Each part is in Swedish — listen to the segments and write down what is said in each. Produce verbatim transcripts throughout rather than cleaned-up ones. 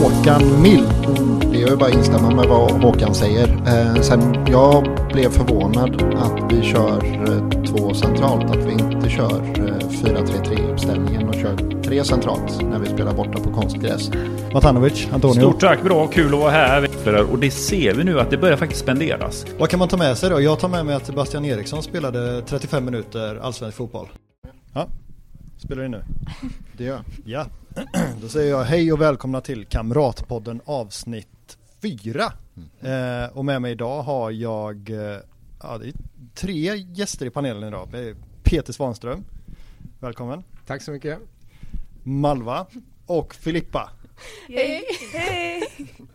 Håkan Mild. Det är ju bara att instämma med vad Håkan säger. Eh, sen jag blev förvånad att vi kör eh, två centralt. Att vi inte kör eh, fyra tre tre-uppställningen och kör tre centralt när vi spelar borta på konstgräs. Matanovic, Antonio. Stort tack, bra, kul att vara här. Och det ser vi nu att det börjar faktiskt spenderas. Vad kan man ta med sig då? Jag tar med mig att Sebastian Eriksson spelade trettiofem minuter allsvensk fotboll. Ja, spelar in nu. Det gör Ja, då säger jag hej och välkomna till Kamratpodden avsnitt fyra. Mm. Eh, och med mig idag har jag eh, ja, det är tre gäster i panelen idag. Det är Peter Svanström, välkommen. Tack så mycket. Malva och Filippa. Hej! Hej!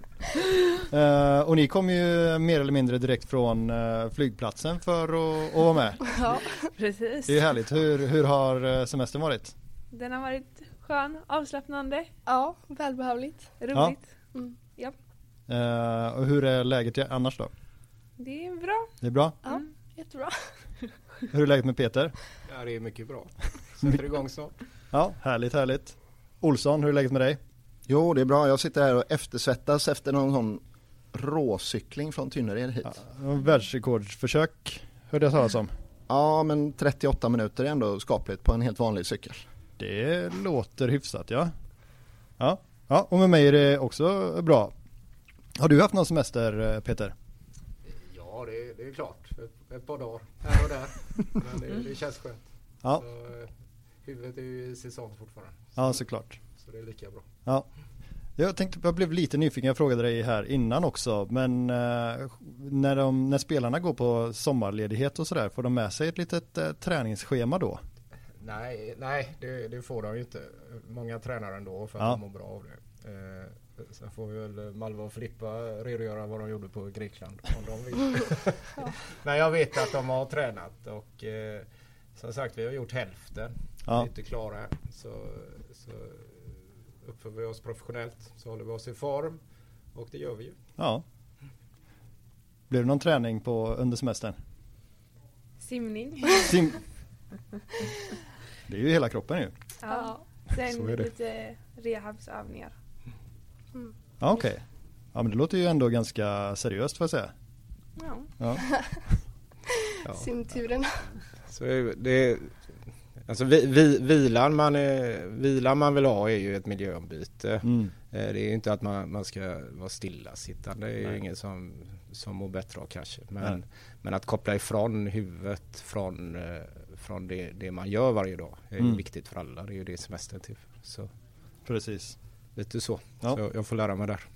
Uh, och ni kom ju mer eller mindre direkt från uh, flygplatsen för att, att vara med. Ja, precis. Det är härligt. Hur, hur har semestern varit? Den har varit skön, avslappnande. Ja, välbehövligt. Roligt. Ja. Mm, ja. Uh, och hur är läget annars då? Det är bra. Det är bra? Ja, mm. jättebra. Hur är läget med Peter? Ja, det är mycket bra. Sätter igång snart. Ja, härligt, härligt. Olsson, hur är läget med dig? Jo, det är bra. Jag sitter här och eftersvettas efter någon sån råcykling från Tynnered hit. Ja, världsrekordsförsök hörde jag talas om. Ja, men trettioåtta minuter är ändå skapligt på en helt vanlig cykel. Det låter hyfsat, ja. Ja, ja, och med mig är det också bra. Har du haft någon semester, Peter? Ja, det, det är klart. Ett, ett par dagar här och där. Men det, det känns skönt. Ja. Så, huvudet är ju i säsong fortfarande. Så, ja, såklart. Så det är lika bra. Ja. Jag tänkte, jag blev lite nyfiken, jag frågade dig här innan också, men eh, när, de, när spelarna går på sommarledighet och sådär, får de med sig ett litet eh, träningsschema då? Nej, nej det, det får de ju inte. Många tränar ändå för att ja. de mår bra av det. Eh, sen får vi väl Malva och Filippa redogöra vad de gjorde på Grekland. Om de vill. Ja. Men jag vet att de har tränat och eh, som sagt vi har gjort hälften. Ja. Vi är inte klara än. Så, så uppför vi oss professionellt så håller vi oss i form och det gör vi ju. Ja. Blir det någon träning på under semestern? Simning. Sim- det är ju hela kroppen ju. Ja. Sen lite rehabsövningar. Mm. Ja, okej. Okay. Ja, men det låter ju ändå ganska seriöst får jag säga. Ja. Ja. Ja. Simturen. Så det alltså vi, vi, vilan, man är, vilan man vill ha är ju ett miljöombyte. Mm. Det är ju inte att man, man ska vara stillasittande. Det är Nej. ju ingen som, som mår bättre av kanske. Men, men att koppla ifrån huvudet från, från det, det man gör varje dag är mm. viktigt för alla. Det är ju det semestern till. Så. Precis. Lite så. Ja. Så jag får lära mig där.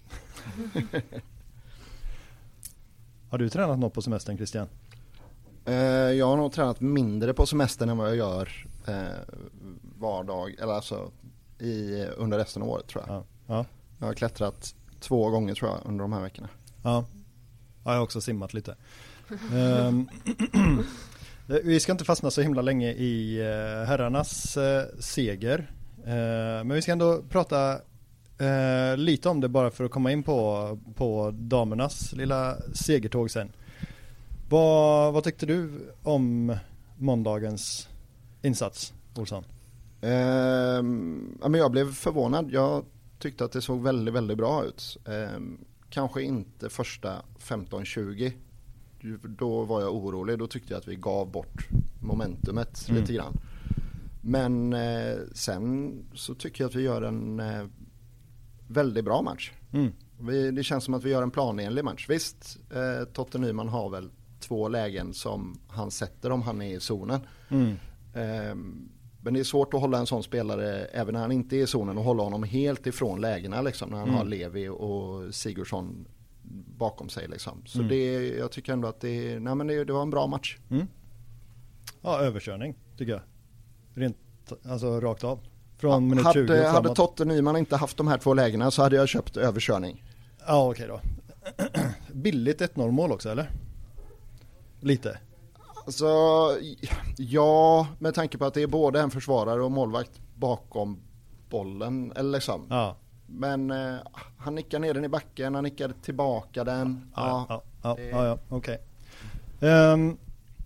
Har du tränat något på semestern, Christian? Uh, jag har nog tränat mindre på semestern än vad jag gör uh, vardag, eller alltså i, under resten av året tror jag. Ja. Ja. Jag har klättrat två gånger tror jag under de här veckorna. Ja, ja jag har också simmat lite. um, vi ska inte fastna så himla länge i uh, herrarnas uh, seger. Uh, men vi ska ändå prata uh, lite om det bara för att komma in på, på damernas lilla segertåg sen. Vad, vad tyckte du om måndagens insats, Olsson? Uh, ja, men jag blev förvånad. Jag tyckte att det såg väldigt, väldigt bra ut. Uh, kanske inte första femton tjugo. Då var jag orolig. Då tyckte jag att vi gav bort momentumet mm. lite grann. Men uh, sen så tycker jag att vi gör en uh, väldigt bra match. Mm. Vi, det känns som att vi gör en planenlig match. Visst, uh, Totte Nyman har väl två lägen som han sätter om han är i zonen. Mm. Um, men det är svårt att hålla en sån spelare även när han inte är i zonen och hålla honom helt ifrån lägena liksom, när han mm. har Levi och Sigurdsson bakom sig liksom. Så mm. det, jag tycker ändå att det, nej men det, det var en bra match. Mm. Ja, överkörning tycker jag. Rent, alltså rakt av. Från ja, minut hade, tjugo hade Totte Nyman inte haft de här två lägena så hade jag köpt överkörning. Ja, okej okay då. Billigt ett noll mål också, eller? Lite. Alltså, ja, med tanke på att det är både en försvarare och målvakt bakom bollen, eller liksom. Ja. Men eh, han nickar ner den i backen, han nickar tillbaka den. Ja, ja, ja, ja, ja, ja okej. Okay. Um,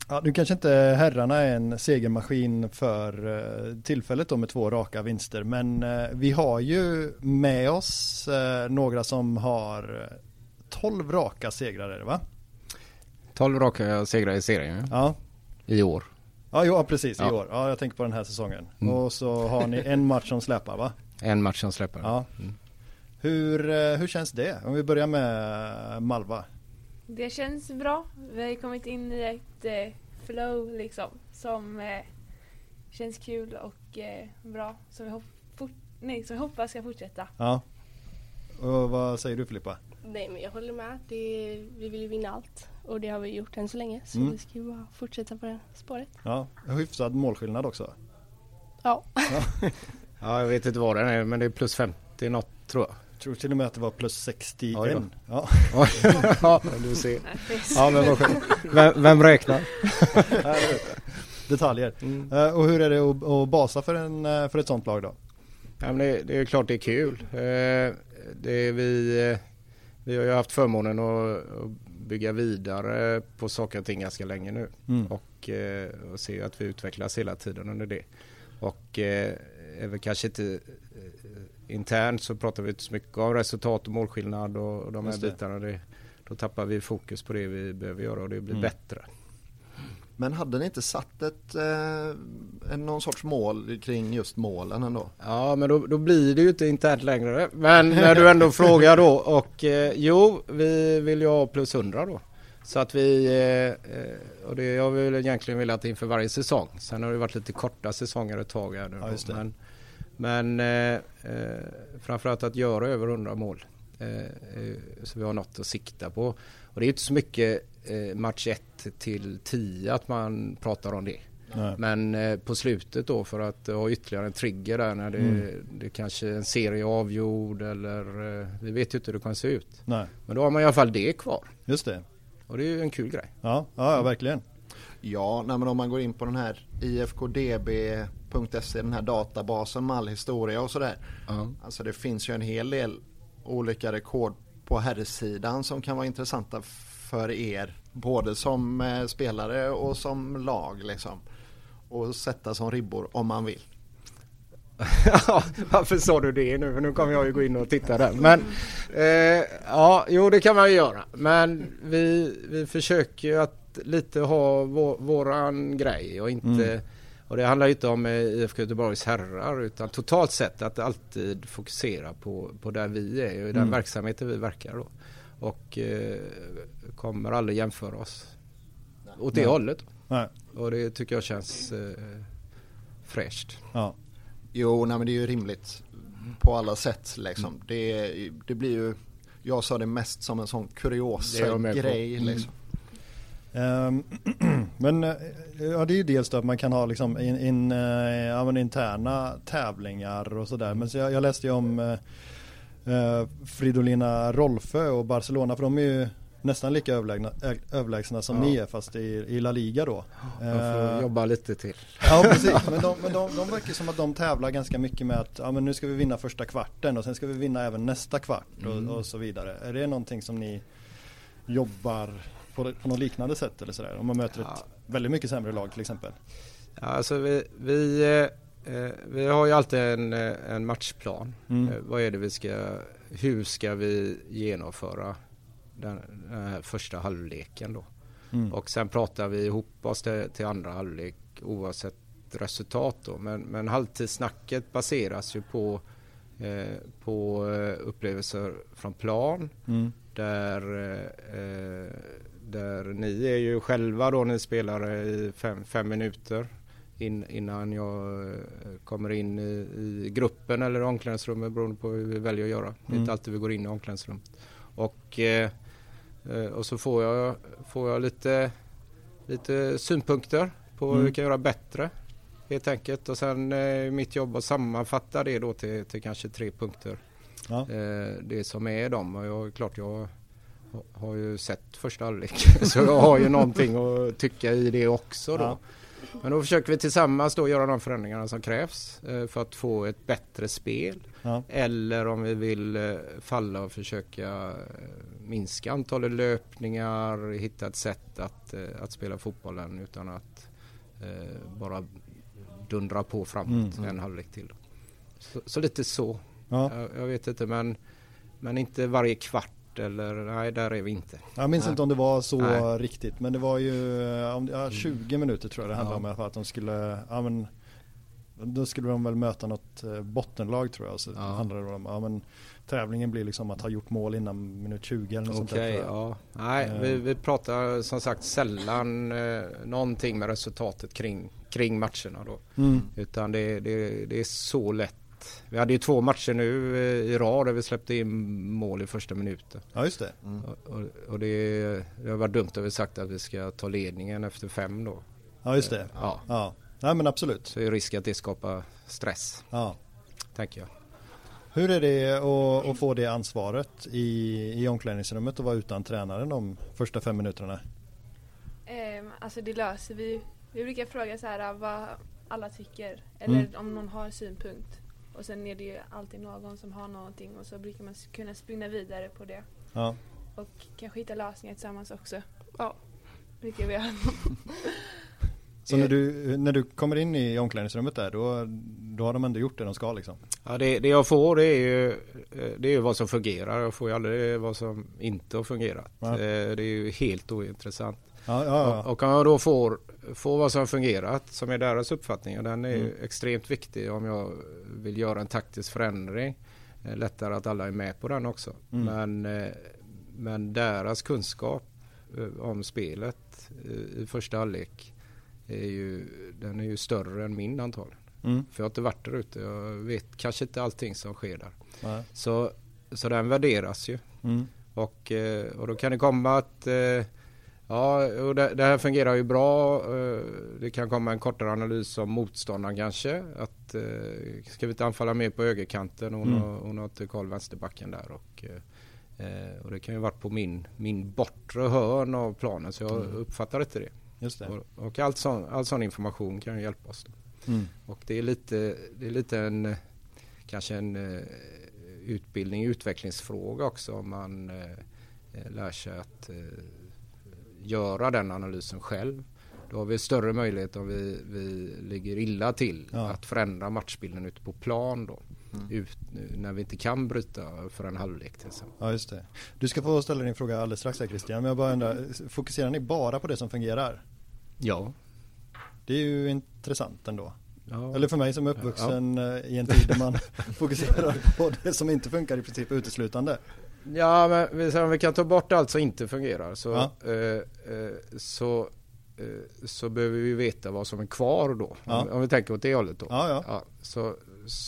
Ja, nu kanske inte herrarna är en segermaskin för uh, tillfället då med två raka vinster, men uh, vi har ju med oss uh, några som har tolv raka segrar, är det va? tolv raka segrar i serien ja. I år. Ja, jo, precis, ja. i år. Ja, jag tänker på den här säsongen. Mm. Och så har ni en match som släpar, va? En match som släpar. Ja. Mm. Hur, hur känns det? Om vi börjar med Malva. Det känns bra. Vi har kommit in i ett eh, flow liksom som eh, känns kul och eh, bra. Som vi, hop- fort- nej, som vi hoppas ska fortsätta. Ja. Och vad säger du, Filippa? Nej, men jag håller med. Det, vi vill ju vinna allt. Och det har vi gjort än så länge. Så Mm. vi ska ju bara fortsätta på det spåret. Ja, hyfsad målskillnad också. Ja. Ja. Ja, jag vet inte vad den är, men det är plus femtio något tror jag. Jag tror till och med att det var plus sextioen. Ja, ja. Ja, du ser. Ja, men vad skönt. Vem, vem räknar? Detaljer. Mm. Uh, och hur är det att, att basa för, en, uh, för ett sånt lag då? Ja, men det, det är klart det är kul. Uh, det är vi, uh, vi har ju haft förmånen att, att bygga vidare på saker och ting ganska länge nu. Mm. Och, uh, och se att vi utvecklas hela tiden under det. Och uh, är väl kanske inte uh, internt så pratar vi inte så mycket om resultat och målskillnad och, och de här bitarna. Det, då tappar vi fokus på det vi behöver göra och det blir mm. bättre. Men hade ni inte satt ett, eh, någon sorts mål kring just målen ändå? Ja, men då, då blir det ju inte internt längre. Men när du ändå frågar då och eh, jo, vi vill ju ha plus hundra då. Så att vi, eh, och det jag vill egentligen vilja att inför varje säsong. Sen har det varit lite korta säsonger ett tag här nu. Ja, just det. Men, men eh, eh, framförallt att göra över hundra mål. Eh, så vi har något att sikta på. Och det är inte så mycket eh, match ett till tio att man pratar om det. Nej. Men eh, på slutet då för att ha ytterligare en trigger där när det, mm. det kanske är en serie avgjord eller eh, vi vet ju inte hur det kan se ut. Nej. Men då har man i alla fall det kvar. Just det. Och det är ju en kul grej. Ja, ja, ja verkligen. Ja, nej, men om man går in på den här i f k d b punkt s e, den här databasen med all historia och sådär. Uh-huh. Alltså det finns ju en hel del olika rekord på herrsidan som kan vara intressanta för er. Både som eh, spelare och som lag liksom. Och sätta som ribbor om man vill. Ja, varför sa du det nu? För nu kommer jag ju gå in och titta där. Men eh, ja, jo det kan man ju göra. Men vi, vi försöker ju att lite ha vår, våran grej och inte mm. och det handlar ju inte om I F K Göteborgs herrar utan totalt sett att alltid fokusera på, på där vi är och i den mm. verksamheten vi verkar då. Och eh, kommer aldrig jämföra oss åt det Nej. hållet. Nej. Och det tycker jag känns eh, fräscht. Ja. Jo, nej, men det är ju rimligt på alla sätt liksom. Mm. Det, det blir ju, jag sa det mest som en sån kuriosa grej mm. liksom. Um, men ja, det är ju dels då att man kan ha liksom in, in, uh, ja, interna tävlingar och sådär. Men så jag, jag läste ju om uh, Fridolina Rolfö och Barcelona, för de är ju nästan lika överlägsna, överlägsna som ja. ni är fast i, i La Liga då. De får uh, jobba lite till. Ja, precis. Men, de, men de, de verkar som att de tävlar ganska mycket med att ja, men nu ska vi vinna första kvarten och sen ska vi vinna även nästa kvart mm. och, och så vidare. Är det någonting som ni jobbar på, på något liknande sätt eller sådär? Om man möter ett ja. väldigt mycket sämre lag till exempel. Ja, alltså vi, vi, eh, vi har ju alltid en, en matchplan. Mm. Eh, vad är det vi ska, hur ska vi genomföra den, den här första halvleken då? Mm. Och sen pratar vi ihop oss till, till andra halvlek oavsett resultat då. Men, men halvtidssnacket baseras ju på, eh, på upplevelser från plan. Mm. Där eh, där ni är ju själva då, ni spelar i fem, fem minuter in, innan jag kommer in i, i gruppen eller omklädningsrummet beroende på hur vi väljer att göra. Mm. Det är inte alltid vi går in i omklädningsrummet. Och, eh, och så får jag, får jag lite, lite synpunkter på mm. hur vi kan göra bättre helt enkelt. Och sen eh, mitt jobb att sammanfatta det då till, till kanske tre punkter. Ja. Eh, det som är dem. Och jag, klart jag har ju sett första halvlek så jag har ju någonting att tycka i det också då. Ja. Men då försöker vi tillsammans då göra de förändringarna som krävs eh, för att få ett bättre spel. Ja. Eller om vi vill eh, falla och försöka eh, minska antalet löpningar, hitta ett sätt att, eh, att spela fotbollen utan att eh, bara dundra på framåt mm. en halvlek till. Så, så lite så. Ja. Jag, jag vet inte, men, men inte varje kvart. Eller nej, där är vi inte. Jag minns nej. inte om det var så nej. riktigt, men det var ju ja, tjugo minuter tror jag det handlade ja. om, för att de skulle ja, men, då skulle de väl möta något bottenlag tror jag, så ja. handlade det om ja, men, tävlingen blir liksom att ha gjort mål innan minut tjugo eller något sånt där. Ja. Nej, uh. vi, vi pratar som sagt sällan eh, någonting med resultatet kring, kring matcherna då. Mm. Utan det, det, det är så lätt. Vi hade ju två matcher nu i rad där vi släppte in mål i första minuten. Ja, just det. Mm. Och, och det, det har varit dumt att vi sagt att vi ska ta ledningen efter fem då. Ja, just det. Ja. Ja. Nej, men absolut. Så är det risk att det skapar stress. Ja. Tänker jag. Hur är det att, att få det ansvaret i, i omklädningsrummet och vara utan tränaren de första fem minuterna? Um, alltså det löser vi. Vi brukar fråga så här vad alla tycker. Eller mm. om någon har synpunkt. Och sen är det ju alltid någon som har någonting. Och så brukar man kunna springa vidare på det. Ja. Och kanske hitta lösningar tillsammans också. Ja, brukar vi göra. Så när du, när du kommer in i omklädningsrummet där, då, då har de ändå gjort det de ska liksom? Ja, det, det jag får det är ju det är ju vad som fungerar. Jag får ju aldrig vad som inte har fungerat. Ja. Det är ju helt ointressant. Ja, ja, ja. Och, och om jag då får, får vad som har fungerat, som är deras uppfattning, och den är mm. extremt viktig om jag vill göra en taktisk förändring. Lättare att alla är med på den också. Mm. Men, men deras kunskap om spelet i första halvlek är ju, den är ju större än min antagligen. Mm. För jag har inte varit där ute. Jag vet kanske inte allting som sker där. Nej. Så, så den värderas ju. Mm. Och, och då kan det komma att ja, och det, det här fungerar ju bra. Det kan komma en kortare analys om motståndaren kanske. Att ska vi inte anfalla mer på högerkanten? Hon, mm. har, hon har inte koll vänsterbacken där. Och, och det kan ju varit på min, min bortre hörn av planen. Så jag mm. uppfattar inte det. Just det. Och, och all, sån, all sån information kan ju hjälpa oss. Mm. Och det är lite, det är lite en kanske en uh, utbildning, utvecklingsfråga också. Om man uh, lär sig att uh, göra den analysen själv. Då har vi större möjlighet om vi, vi ligger illa till ja. att förändra matchbilden ute på plan då. Mm. Ut, när vi inte kan bryta för en halvlek till exempel. Ja, just det. Du ska få ställa din fråga alldeles strax här, Christian. Men jag bara undrar, fokuserar ni bara på det som fungerar? Ja. Det är ju intressant ändå. Ja. Eller för mig som är uppvuxen ja. i en tid där man fokuserar på det som inte funkar i princip uteslutande. Ja, men om vi kan ta bort allt som inte fungerar så, ja. eh, eh, så, eh, så behöver vi veta vad som är kvar då. Ja. Om, om vi tänker åt det hållet då. Ja, ja. Ja, så,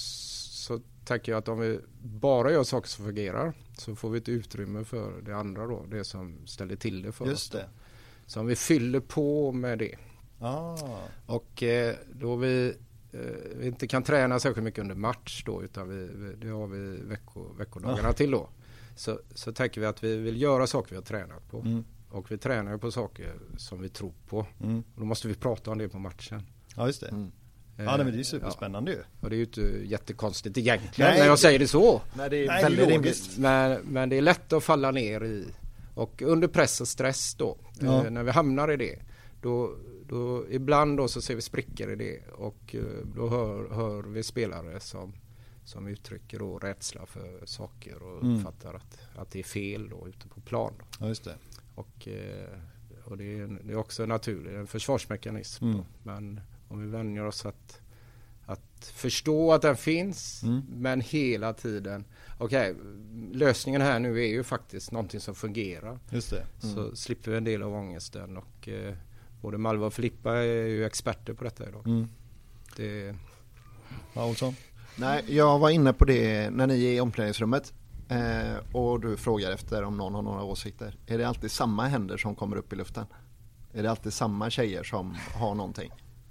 så tänker jag att om vi bara gör saker som fungerar så får vi ett utrymme för det andra då. Det som ställer till det för Just oss. Det. Så om vi fyller på med det. Ah. Och eh, då vi, eh, vi inte kan träna särskilt mycket under match då, utan vi, vi, det har vi vecko, veckodagarna ah. till då. Så, så tänker vi att vi vill göra saker vi har tränat på. Mm. Och vi tränar ju på saker som vi tror på. Mm. Och då måste vi prata om det på matchen. Ja, just det. Mm. Ja, men det är ju superspännande ja. ju. Och det är ju inte jättekonstigt egentligen Nej. när jag säger det så. Nej, det är Nej, väldigt rimligt. Men, men det är lätt att falla ner i. Och under press och stress då, ja. eh, när vi hamnar i det, då, då ibland då så ser vi sprickor i det. Och eh, då hör, hör vi spelare som, som uttrycker då rädsla för saker och mm. uppfattar att, att det är fel då ute på plan. Då. Ja, just det. Och, eh, och det, är, det är också naturligt, en försvarsmekanism. Mm. Men om vi vänjer oss att, att förstå att den finns, mm. men hela tiden, okej, okay, lösningen här nu är ju faktiskt någonting som fungerar. Just det. Mm. Så slipper vi en del av ångesten. Och eh, både Malva och Filippa är ju experter på detta idag. Mm. Det... Ja, Olsson? Nej, jag var inne på det när ni är i omklädningsrummet. Eh, och du frågar efter om någon har några åsikter. Är det alltid samma händer som kommer upp i luften? Är det alltid samma tjejer som har någonting?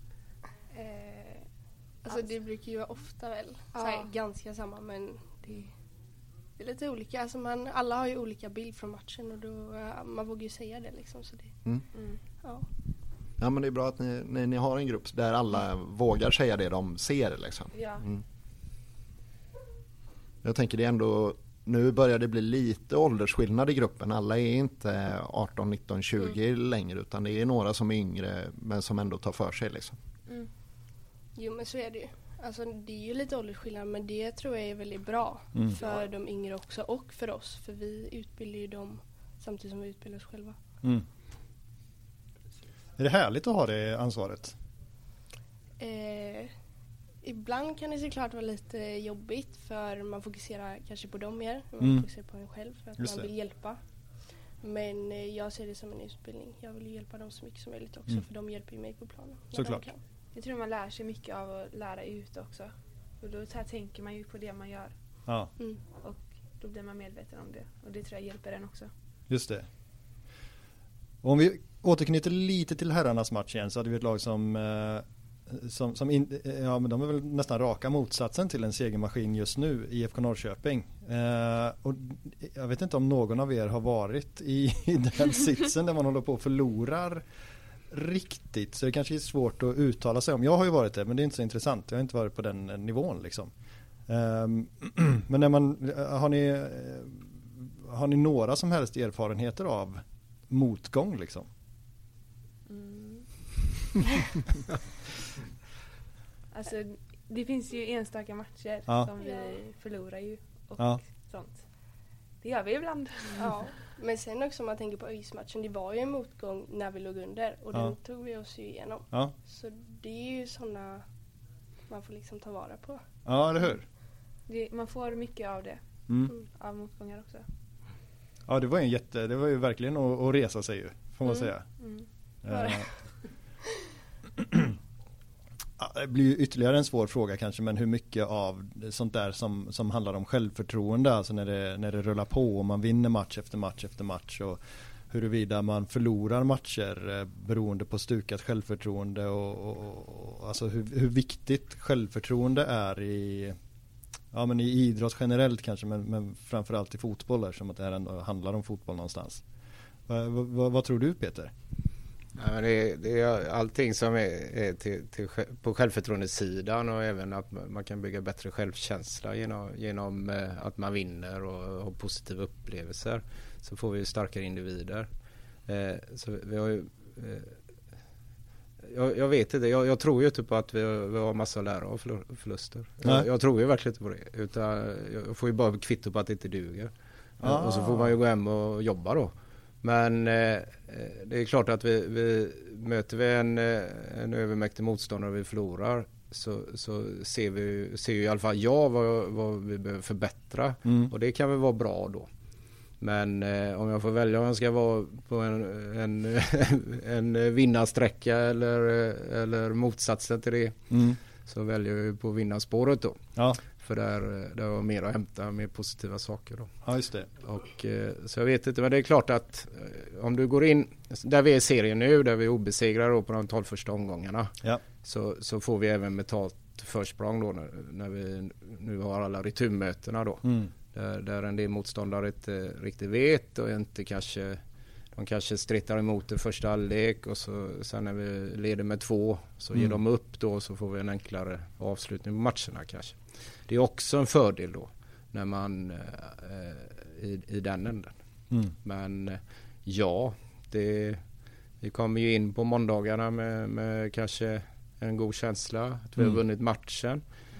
Eh, alltså det brukar ju vara ofta väl ja. såhär, ganska samma, men det, det är lite olika. Alltså man, alla har ju olika bild från matchen och då, man vågar ju säga det liksom. Så det, mm. Mm, ja. ja, men det är bra att ni, ni, ni har en grupp där alla vågar säga det de ser liksom. Ja. Mm. Jag tänker det är ändå nu börjar det bli lite åldersskillnad i gruppen. Alla är inte arton, nitton, tjugo mm. längre, utan det är några som är yngre men som ändå tar för sig liksom. Mm. Jo, men så är det ju. Alltså det är ju lite åldersskillnad, men det tror jag är väldigt bra mm. för de yngre också och för oss, för vi utbildar ju dem samtidigt som vi utbildar oss själva. Mm. Är det härligt att ha det ansvaret? Eh, ibland kan det såklart vara lite jobbigt, för man fokuserar kanske på dem mer. Man mm. fokuserar på en själv för att Just man vill det. hjälpa. Men eh, jag ser det som en utbildning. Jag vill hjälpa dem så mycket som möjligt också, mm. för de hjälper ju mig på planen. Såklart. Jag tror man lär sig mycket av att lära ut också. Och då så här tänker man ju på det man gör. Ja. Mm. Och då blir man medveten om det. Och det tror jag hjälper en också. Just det. Och om vi återknyter lite till herrarnas match igen, så hade vi ett lag som, eh, som, som in, ja, men de är väl nästan raka motsatsen till en segermaskin just nu, I F K Norrköping. Eh, och jag vet inte om någon av er har varit i, i den sitsen där man håller på och förlorar riktigt, så det kanske är svårt att uttala sig om. Jag har ju varit det, men det är inte så intressant. Jag har inte varit på den nivån liksom. Um, men när man har ni har ni några som helst erfarenheter av motgång liksom? Mm. Alltså det finns ju enstaka matcher ja. som vi förlorar ju och ja. sånt. Det gör vi ibland. Ja. Men sen också om man tänker på ÖIS-matchen, det var ju en motgång när vi låg under och ja. den tog vi oss ju igenom. Ja. Så det är ju sådana man får liksom ta vara på. Ja, eller hur? Det, man får mycket av det. Mm. Mm, av motgångar också. Ja, det var en jätte, det var ju verkligen att, att resa sig ju, får man mm. säga. Mm. Uh, ja, det blir ju ytterligare en svår fråga kanske, men hur mycket av sånt där som, som handlar om självförtroende, alltså när det, när det rullar på och man vinner match efter match efter match, och huruvida man förlorar matcher eh, beroende på stukat självförtroende och, och, och alltså hur, hur viktigt självförtroende är i, ja, men i idrott generellt kanske, men, men framförallt i fotboll, eftersom att det här ändå handlar om fotboll någonstans. Va, va, va, vad tror du, Peter? Ja, det, det är allting som är, är till, till, på självförtroendesidan, och även att man kan bygga bättre självkänsla genom, genom att man vinner och har positiva upplevelser, så får vi starkare individer. Eh, så vi har ju, eh, jag, jag vet inte, jag, jag tror ju inte på att vi, vi har massa att lära av förluster. Jag, jag tror ju verkligen inte på det, utan jag får ju bara kvitto på att det inte duger. Ah. Och så får man ju gå hem och jobba då. Men eh, det är klart att vi, vi möter vi en, en övermäktig motståndare och vi förlorar, så, så ser vi ser ju i alla fall jag vad, vad vi behöver förbättra, mm. och det kan väl vara bra då. Men eh, om jag får välja om jag ska vara på en, en, en vinnarsträcka eller, eller motsatsen till det, mm. så väljer jag på vinnarspåret då. Ja. För där, där var mer att hämta, mer positiva saker då. Ja, just det. Och, så jag vet inte, men det är klart att om du går in, där vi är i serien nu, där vi är obesegrade då på de tolv första omgångarna, ja. så, så får vi även betalt försprång då när, när vi nu har alla returmötena då. Mm. Där, där en del motståndare inte riktigt vet och inte kanske, de kanske strittar emot det första halvlek, och så sen när vi leder med två så mm. ger de upp då, så får vi en enklare avslutning på matcherna kanske. Det är också en fördel då när man eh, i, i den änden. Mm. Men ja, det, vi kommer ju in på måndagarna med, med kanske en god känsla att vi mm. har vunnit matchen.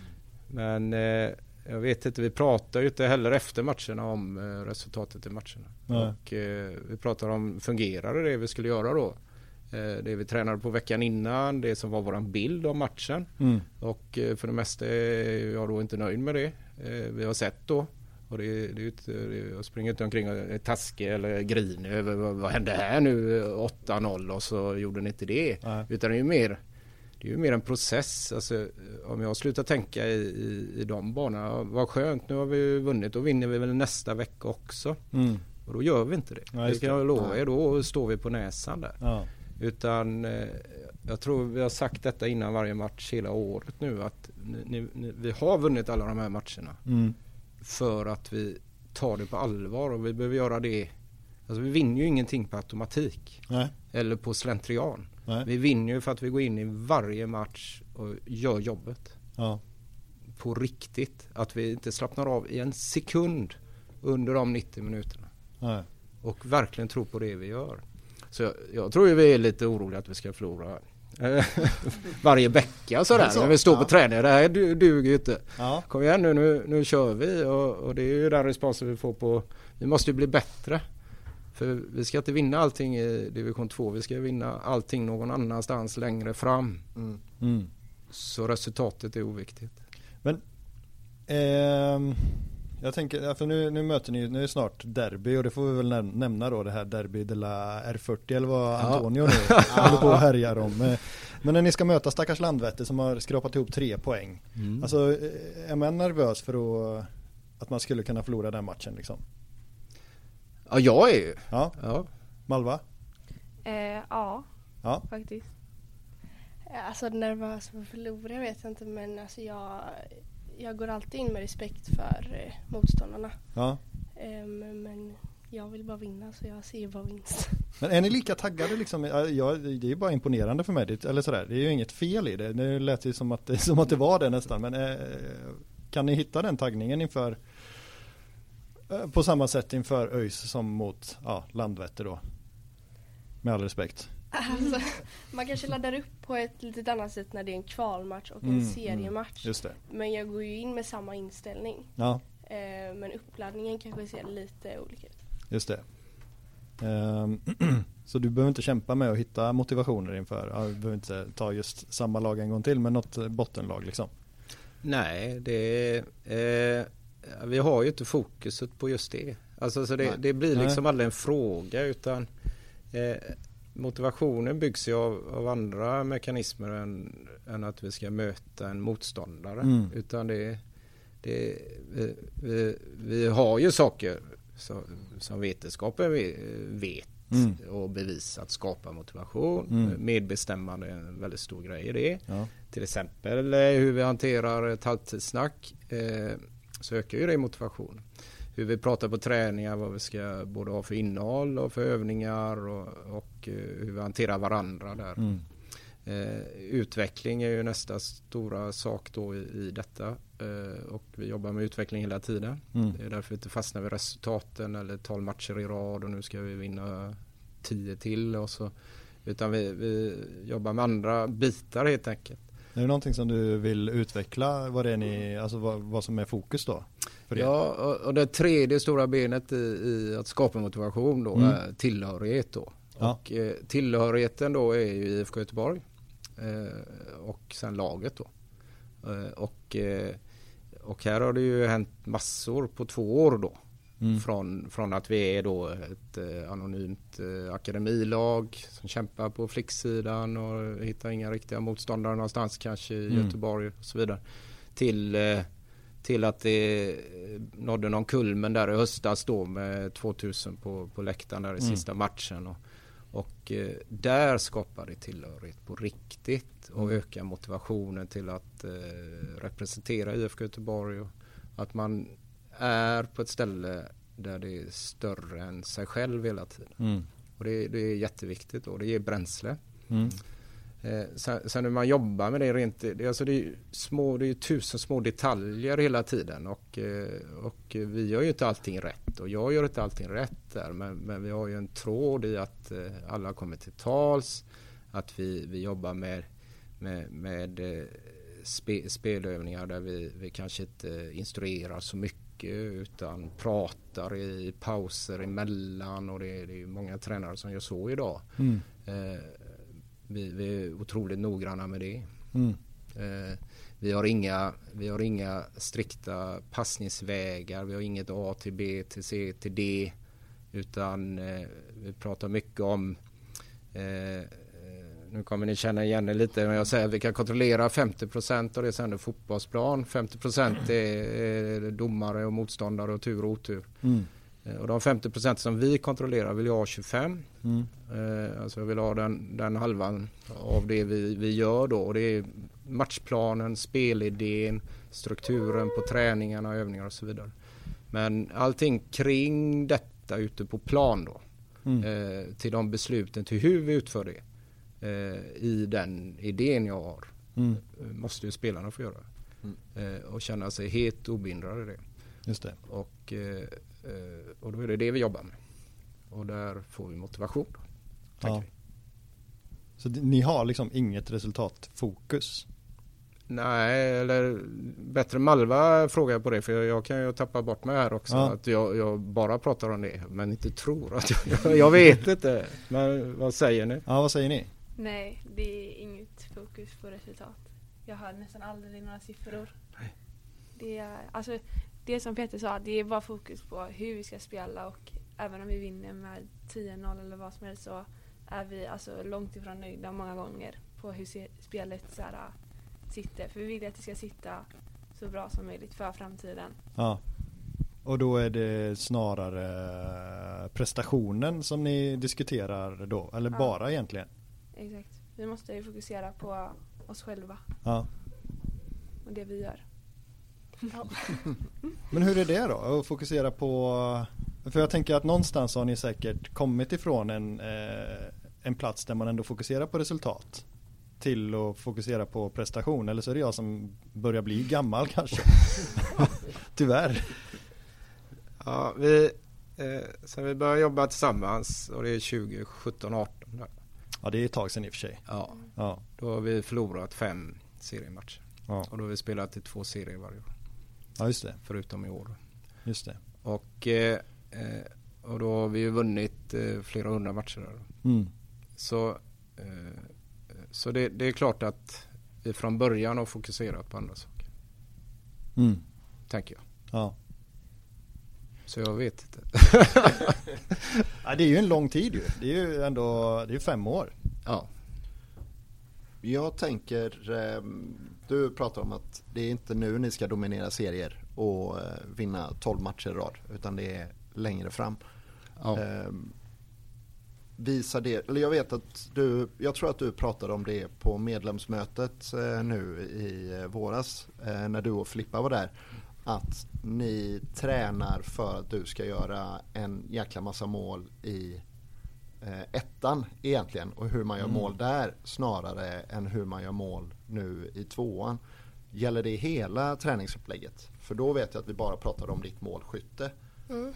Men eh, jag vet inte, vi pratar ju inte heller efter matcherna om eh, resultatet i matcherna. Nej. Och eh, vi pratar om, fungerar det vi skulle göra då? Eh, det vi tränade på veckan innan, det som var våran bild av matchen. Mm. Och eh, för det mesta är jag då inte nöjd med det. Eh, vi har sett då. Och det, det är inte, det, jag springer inte omkring och är taskig eller grinig över vad, vad hände här nu, åtta noll och så gjorde ni inte det. Nej. Utan det är ju mer, det är ju mer en process. Alltså, om jag slutar tänka i, i, i de banorna, vad skönt, nu har vi vunnit, då vinner vi väl nästa vecka också. Mm. Och då gör vi inte det. Ja, det kan jag lova er, då står vi på näsan där. Ja. Utan eh, jag tror vi har sagt detta innan varje match hela året nu, att ni, ni, vi har vunnit alla de här matcherna. Mm. För att vi tar det på allvar, och vi behöver göra det. Alltså vi vinner ju ingenting på automatik. Nej. Eller på slentrian. Nej. Vi vinner ju för att vi går in i varje match och gör jobbet. Ja. På riktigt. Att vi inte slappnar av i en sekund under de nittio minuterna. Nej. Och verkligen tro på det vi gör. Så jag, jag tror ju vi är lite oroliga att vi ska förlora varje vecka sådär. Så, när vi står ja. på träning. Det här du, duger ju inte. Ja. Kom igen nu, nu, nu kör vi. Och, och det är ju den responsen vi får på. Vi måste ju bli bättre. För vi ska inte vinna allting i division två. Vi ska vinna allting någon annanstans längre fram. Mm. Mm. Så resultatet är oviktigt. Men ehm, jag tänker, för nu, nu möter ni, nu är snart derby och det får vi väl nämna då, det här derby de la R fyrtio eller vad Antonio ja. nu håller på och härjar om. Men när ni ska möta stackars Landvetter som har skrapat ihop tre poäng. Mm. Alltså är man nervös för att, att man skulle kunna förlora den matchen liksom? Ja, jag är ju. Ja. ja. Malva? Eh, ja, ja, faktiskt. Alltså nervös för att förlora, jag vet inte, men alltså jag, jag går alltid in med respekt för eh, motståndarna. Ja. Eh, men, men jag vill bara vinna, så jag ser bara vinst. Men är ni lika taggade liksom? Ja, det är ju bara imponerande för mig, det, eller sådär. Det är ju inget fel i det. Det lät ju som att det, som att det var det nästan. Men eh, kan ni hitta den taggningen inför på samma sätt inför ÖIS som mot ja, Landvetter då? Med all respekt. Alltså, man kanske laddar upp på ett lite annat sätt när det är en kvalmatch och en mm, seriematch. Mm, just det. Men jag går ju in med samma inställning. Ja. Eh, men uppladdningen kanske ser lite olika ut. Just det. Um, så du behöver inte kämpa med att hitta motivationer inför. Ja, du behöver inte ta just samma lag en gång till, men något bottenlag liksom. Nej, det är... Eh, vi har ju inte fokuset på just det. Alltså, så det, det blir liksom Nej. aldrig en fråga, utan eh, motivationen byggs ju av, av andra mekanismer än, än att vi ska möta en motståndare. Mm. Utan det, det vi, vi, vi har ju saker som, som vetenskapen vet mm. och bevisat skapa motivation. Mm. Medbestämmande är en väldigt stor grej i det. Ja. Till exempel hur vi hanterar ett halvtidssnack. Eh, så ökar ju det motivation. Hur vi pratar på träningar, vad vi ska både ha för innehåll och för övningar och, och uh, hur vi hanterar varandra där. Mm. Uh, utveckling är ju nästa stora sak då i, i detta uh, och vi jobbar med utveckling hela tiden. Mm. Det är därför vi inte fastnar vid resultaten eller tolv matcher i rad och nu ska vi vinna tio till och så. Utan vi, vi jobbar med andra bitar helt enkelt. Är det någonting som du vill utveckla? Vad, är ni, alltså vad, vad som är fokus då? För ja, och, och det tredje stora benet i, i att skapa motivation då mm. är tillhörighet då. Ja. Och eh, tillhörigheten då är ju I F K Göteborg eh, och sen laget då. Eh, och, eh, och här har det ju hänt massor på två år då. Mm. Från, från att vi är då ett eh, anonymt eh, akademilag som kämpar på flicksidan och hittar inga riktiga motståndare någonstans, kanske i mm. Göteborg och så vidare, till, eh, till att det nådde någon kulmen där i höstas då med tvåtusen på, på läktaren där i mm. sista matchen och, och eh, där skapar det tillhörighet på riktigt och mm. ökar motivationen till att eh, representera I F K Göteborg och att man är på ett ställe där det är större än sig själv hela tiden. Mm. Och det, det är jätteviktigt och det ger bränsle. Mm. Eh, sen, sen när man jobbar med det rent, det, alltså det är små, det är tusen små detaljer hela tiden och, eh, och vi gör ju inte allting rätt och jag gör inte allting rätt där, men, men vi har ju en tråd i att eh, alla kommer till tals, att vi, vi jobbar med, med, med eh, spe, spelövningar där vi, vi kanske inte instruerar så mycket utan pratar i pauser emellan och det är, det är många tränare som gör så idag. Mm. Eh, vi, vi är otroligt noggranna med det. Mm. Eh, vi, har inga, vi har inga strikta passningsvägar, vi har inget A till B till C till D, utan eh, vi pratar mycket om eh, nu kommer ni känna igen det lite, men jag säger att vi kan kontrollera femtio procent av det sen är fotbollsplan. femtio procent är, är domare och motståndare och tur och otur. Mm. Och de femtio procent som vi kontrollerar vill jag ha tjugofem. Mm. Eh, alltså jag vill ha den, den halvan av det vi, vi gör då. Och det är matchplanen, spelidén, strukturen på träningarna, övningar och så vidare. Men allting kring detta ute på plan då. Mm. Eh, till de besluten, till hur vi utför det. I den idén jag har mm. måste ju spelarna få göra mm. och känna sig helt obindrade i det. Just det. Och Eh, och då är det det vi jobbar med. Och där får vi motivation. Ja. Vi. Så d- ni har liksom inget resultatfokus? Nej, eller bättre Malva frågar jag på det, för jag, jag kan ju tappa bort mig här också. Ja. Att jag, jag bara pratar om det, men inte tror att jag, jag vet inte. Men vad säger ni? Ja, vad säger ni? Nej, det är inget fokus på resultat. Jag har nästan aldrig några siffror. Nej. Det är, alltså, det som Peter sa, det är bara fokus på hur vi ska spela, och även om vi vinner med tio noll eller vad som helst, så är vi alltså långt ifrån nöjda många gånger på hur se, spelet så här, sitter. För vi vill att det ska sitta så bra som möjligt för framtiden. Ja. Och då är det snarare prestationen som ni diskuterar då, eller ja. Bara egentligen? Exakt. Vi måste ju fokusera på oss själva. Ja. Och det vi gör. Ja. Men hur är det då? Att fokusera på... För jag tänker att någonstans har ni säkert kommit ifrån en, eh, en plats där man ändå fokuserar på resultat till att fokusera på prestation. Eller så är det jag som börjar bli gammal kanske. Tyvärr. Ja, vi, eh, sen vi började jobba tillsammans, och det är tjugo sjutton arton. Ja, det är ett tag sedan i och för sig. Ja, ja. Då har vi förlorat fem seriematcher. Ja. Och då har vi spelat i två serier varje år. Ja, just det. Förutom i år. Just det. Och, eh, och då har vi ju vunnit eh, flera hundra matcher där. Mm. Så, eh, så det, det är klart att vi från början har fokuserat på andra saker. Mm. Tänker jag. Ja. Så jag vet inte. Ja, det är ju en lång tid ju. Det är ju ändå det är fem år. Ja. Jag tänker, du pratar om att det är inte nu ni ska dominera serier och vinna tolv matcher i rad, utan det är längre fram. Ja. Visar det, eller jag vet att du, jag tror att du pratade om det på medlemsmötet nu i våras när du och Filippa var där, att ni tränar för att du ska göra en jäkla massa mål i eh, ettan egentligen, och hur man gör mm. mål där snarare än hur man gör mål nu i tvåan. Gäller det hela träningsupplägget? För då vet jag att vi bara pratar om ditt målskytte. Mm.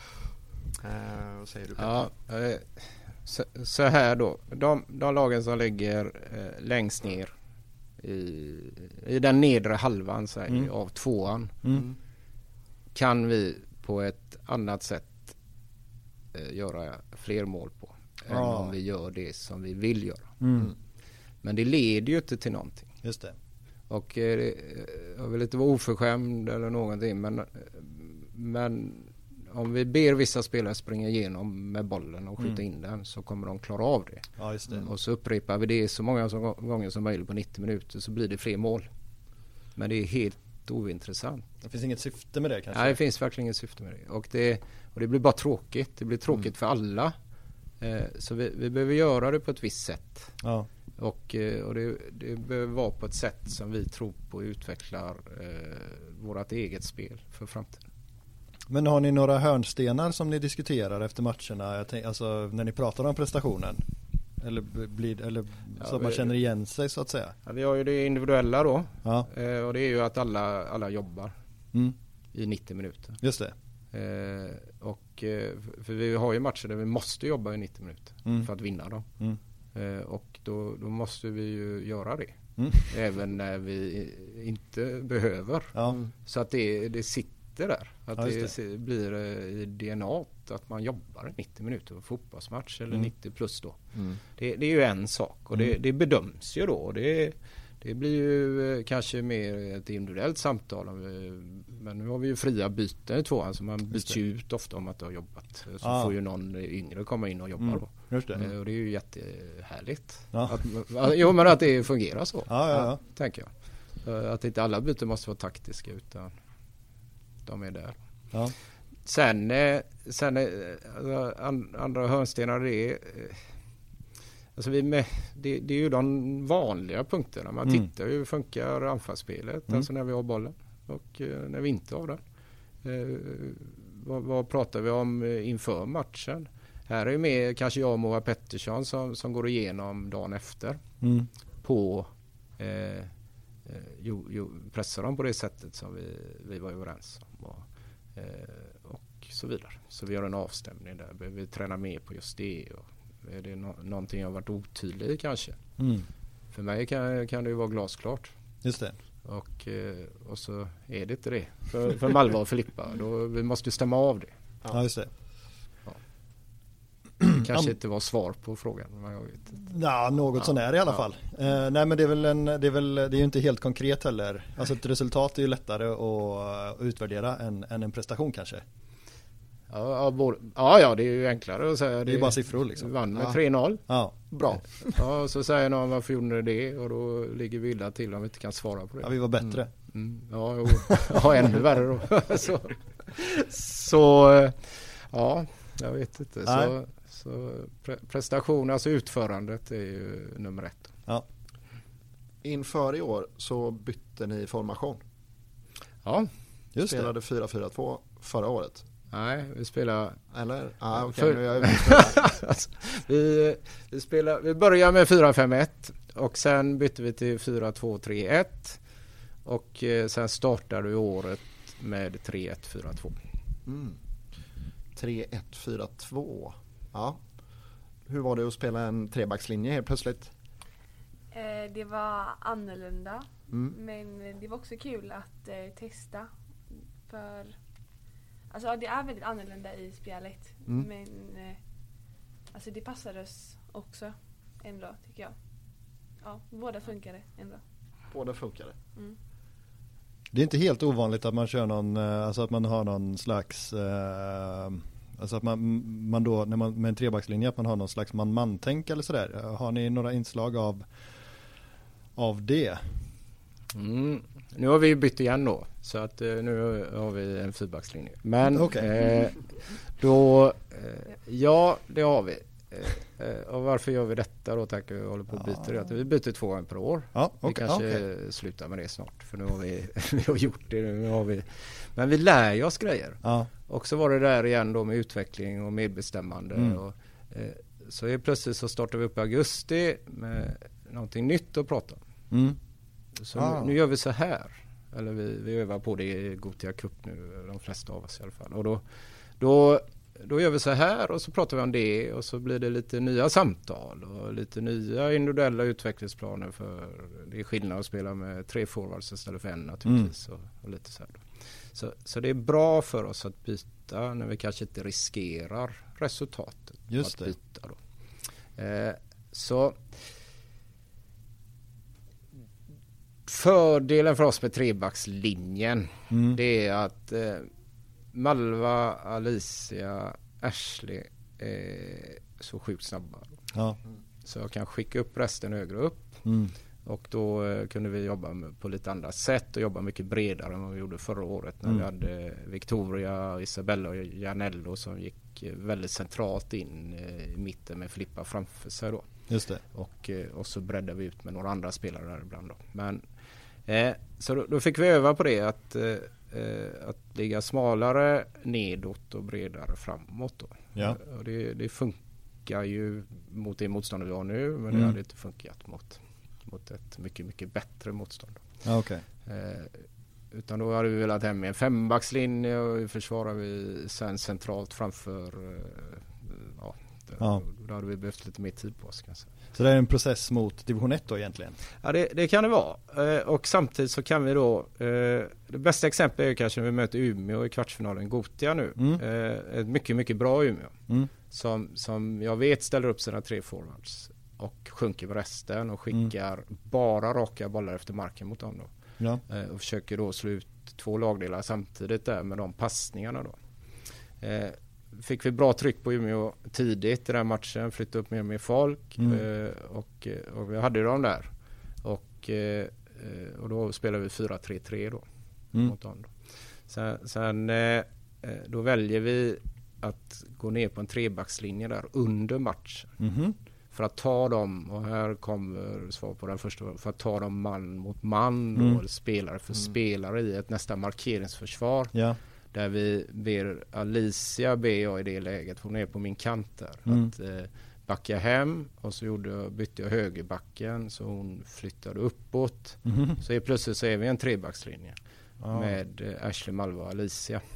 Eh, vad säger du, Peter? Ja, eh, så, så här då. De, de lagen som ligger eh, längst ner i, i den nedre halvan så här, mm. av tvåan mm. kan vi på ett annat sätt eh, göra fler mål på än ah. om vi gör det som vi vill göra. Mm. Men det leder ju inte till någonting. Just det. Och eh, jag vill inte vara oförskämd eller någonting, men, men om vi ber vissa spelare springa igenom med bollen och skjuta mm. in den, så kommer de klara av det. Ja, just det. Och så upprepar vi det så många som, gånger som möjligt på nittio minuter, så blir det fler mål. Men det är helt ointressant. Det finns inget syfte med det kanske? Nej, det finns verkligen inget syfte med det. Och det, och det blir bara tråkigt. Det blir tråkigt mm. för alla. Eh, så vi, vi behöver göra det på ett visst sätt. Ja. Och, och det, det behöver vara på ett sätt som vi tror på och utvecklar eh, vårt eget spel för framtiden. Men har ni några hörnstenar som ni diskuterar efter matcherna? Jag tänk, alltså när ni pratar om prestationen? Eller, blir, eller ja, så att man känner igen sig så att säga? Ja, vi har ju det individuella då. Ja. Eh, och det är ju att alla, alla jobbar mm. i nittio minuter. Just det. Eh, och, för vi har ju matcher där vi måste jobba i nittio minuter mm. för att vinna dem. Mm. Eh, och då, då måste vi ju göra det. Mm. Även när vi inte behöver. Ja. Så att det, det sitter där. Att ja, det, det blir i D N A att man jobbar nittio minuter på fotbollsmatch eller mm. nittio plus då. Mm. Det, det är ju en sak och det, det bedöms ju då. Det, det blir ju kanske mer ett individuellt samtal. Men nu har vi ju fria byten i tvåan, så man byts ut ofta om att du har jobbat. Så ah. får ju någon yngre komma in och jobba mm. då. Just det. Och det är ju jättehärligt. Ja. Att, jo, men att det fungerar så. Ja, ja, ja. Tänker jag. Att inte alla byten måste vara taktiska, utan de är där. Ja. Sen, sen alltså, andra hörnstenar det är alltså vi med, det, det är ju de vanliga punkterna. Man mm. tittar hur funkar anfallsspelet, mm. alltså när vi har bollen och uh, när vi inte har den. Uh, vad, vad pratar vi om inför matchen? Här är ju med kanske jag och Moa Pettersson som, som går igenom dagen efter mm. på uh, uh, jo, jo, pressar dem på det sättet som vi, vi var överens om. Och, uh, och så vidare. Så vi gör en avstämning där. Behöver vi träna mer på just det? Och är det no- någonting jag har varit otydlig i kanske? Mm. För mig kan, kan det ju vara glasklart. Just det. Och, och så är det inte det. För, för Malva och Filippa. Då, vi måste stämma av det. Ja, ja just det. Ja. Kanske inte var svar på frågan. Men jag vet inte. Ja, något ja, sån är i alla ja. fall. Eh, nej men det är väl en, det är väl, det är ju inte helt konkret heller. Alltså ett resultat är ju lättare att utvärdera än, än en prestation kanske. Ja, ja, både, ja, ja, det är ju enklare att säga. Det, det är bara siffror liksom. Vann med ja. tre noll. Ja, bra. Ja, så säger någon varför gjorde ni det? Och då ligger vi illa till om vi inte kan svara på det. Ja, vi var bättre. Mm. Mm. Ja, jo. Ja, ännu värre då. så, så, ja, jag vet inte. Så, så pre- prestation, alltså utförandet är ju nummer ett. Ja. Inför i år så bytte ni formation. Ja, just Spelade det. fyra fyra två förra året. Nej, vi spelar... Eller? Ah, okay, för... nu är jag alltså, vi, vi, spelar, vi börjar med fyra fem ett och sen bytte vi till fyra två tre ett och eh, sen startade vi året med tre ett fyra två. Mm. tre ett fyra två. Ja. Hur var det att spela en trebackslinje helt plötsligt? Eh, det var annorlunda. Mm. Men det var också kul att eh, testa. För alltså det är väldigt annorlunda i spelet. Mm. Men eh, alltså det passade oss också ändå tycker jag. Ja, båda funkade ändå. Båda funkade. Mm. Det är inte helt ovanligt att man kör någon, alltså att man har någon slags eh, alltså att man, man då när man med en trebackslinje att man har någon slags man-man-tänk eller sådär. Har ni några inslag av av det? Mm. Nu har vi bytt igen då så att eh, nu har vi en fyrbackslinje. Men okay. eh, då eh, ja, det har vi. Eh, och varför gör vi detta då? Tack, vi håller på att byta det. Vi byter två gånger per år. Ja, okay, vi kanske okay. slutar med det snart för nu har vi, vi har gjort det. Nu har vi, men vi lär ju oss grejer. Ja. Och så var det där igen då med utveckling och medbestämmande. Mm. Och, eh, så är plötsligt så startar vi upp i augusti med någonting nytt att prata om. Mm. Så ah. nu, nu gör vi så här. Eller vi, vi övar på det i Gothia Cup nu, de flesta av oss i alla fall. Och då, då, då gör vi så här och så pratar vi om det och så blir det lite nya samtal och lite nya individuella utvecklingsplaner för det är skillnad att spela med tre forwards istället för en naturligtvis mm. och, och lite så här då. Så, så det är bra för oss att byta när vi kanske inte riskerar resultatet. Just att det. byta då. Eh, så fördelen för oss med trebackslinjen mm. det är att eh, Malva, Alicia, Ashley är så sjukt snabba. Ja. Så jag kan skicka upp resten högre upp. Mm. Och då eh, kunde vi jobba med, på lite andra sätt och jobba mycket bredare än vad vi gjorde förra året när mm. vi hade Victoria, Isabella och Janello som gick eh, väldigt centralt in eh, i mitten med Filippa framför sig då. Just det. Och, eh, och så breddade vi ut med några andra spelare där ibland då. Men eh, så då, då fick vi öva på det att, eh, att ligga smalare nedåt och bredare framåt då. Ja. Och det, det funkar ju mot det motstånd vi har nu men mm. det hade inte funkat mot mot ett mycket, mycket bättre motstånd. Ja, okay. eh, utan då hade vi velat hem med en fembackslinje och försvarar vi sen centralt framför eh, ja, då, ja. då hade vi behövt lite mer tid på oss kanske. Så det är en process mot division ett då egentligen? Ja, det, det kan det vara. Eh, och samtidigt så kan vi då eh, det bästa exemplet är kanske när vi möter Umeå i kvartsfinalen Gothia nu. Mm. Eh, ett mycket, mycket bra Umeå. Mm. Som, som jag vet ställer upp sina tre forwards och sjunker med resten och skickar mm. bara raka bollar efter marken mot dem då. Ja. Eh, och försöker då slå ut två lagdelar samtidigt där med de passningarna då. Eh, fick vi bra tryck på Umeå tidigt i den matchen, flyttade upp mer och mer folk mm. eh, och, och vi hade dem där. Och, eh, och då spelade vi fyra tre tre då mm. mot dem då. Sen, sen eh, då väljer vi att gå ner på en trebackslinje där under matchen. Mm. För att ta dem, och här kommer svar på den första, för att ta dem man mot man då, mm. eller spelare för mm. spelare i ett nästa markeringsförsvar. Ja. Där vi ber Alicia, ber jag i det läget, hon är på min kant där, mm. att eh, backa hem och så gjorde jag, bytte jag högerbacken så hon flyttade uppåt. Mm. Så är plötsligt så är vi en trebackslinje ah. med eh, Ashley, Malva och Alicia.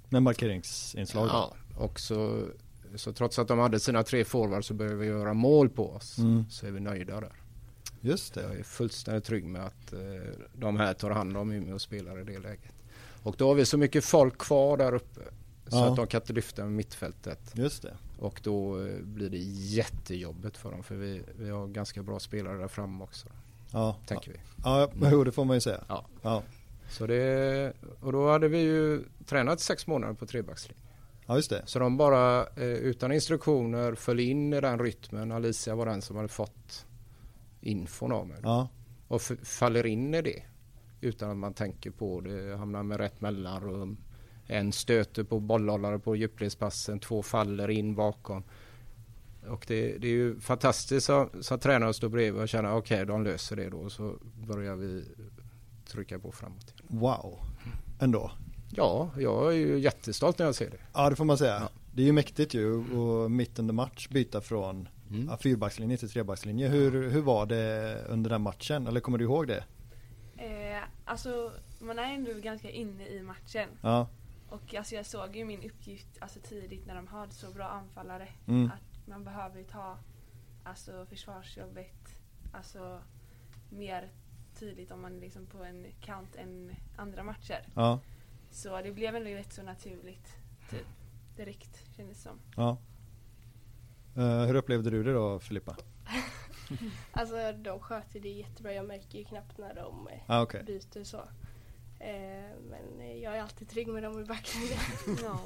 Med markeringsinslag. Ja, och så, så trots att de hade sina tre forwards så började vi göra mål på oss. Mm. Så är vi nöjda där. Just det. Jag är fullständigt trygg med att eh, de här tar hand om Umeå och spelar i det läget. Och då har vi så mycket folk kvar där uppe så ja. att de kan inte lyfta med mittfältet. Just det. Och då eh, blir det jättejobbet för dem för vi, vi har ganska bra spelare där framme också. Ja. Tänker vi. Ja, mm. det får man ju säga. Ja. Ja. Så det, och då hade vi ju tränat sex månader på trebackslinje. Ja, just det. Så de bara eh, utan instruktioner föll in i den rytmen. Alicia var den som hade fått infon av mig. Ja. Och f- faller in i det utan att man tänker på det. Hamnar med rätt mellanrum. En stöter på bollhållare på djupledspassen. Två faller in bakom. Och det, det är ju fantastiskt så, så tränare står bredvid och känner okej, okay, de löser det då. Så börjar vi trycka på framåt. Wow, ändå. Ja, jag är ju jättestolt när jag ser det. Ja, det får man säga. Ja. Det är ju mäktigt ju och mitt under match byta från mm. ja, fyrbackslinje till trebackslinje. Hur, hur var det under den matchen? Eller kommer du ihåg det? Eh, alltså, man är ändå ganska inne i matchen. Ja. Och alltså, jag såg ju min uppgift alltså, tidigt när de hade så bra anfallare. Mm. Att man behöver ta alltså, försvarsjobbet alltså, mer tydligt om man är liksom på en kant än andra matcher. Ja. Så det blev ändå rätt så naturligt typ, direkt kändes som. Ja. Uh, hur upplevde du det då, Filippa? Alltså de sköter det jättebra. Jag märker ju knappt när de ah, okay. byter så. Eh, men jag är alltid trygg med dem i backlinjen. Ja.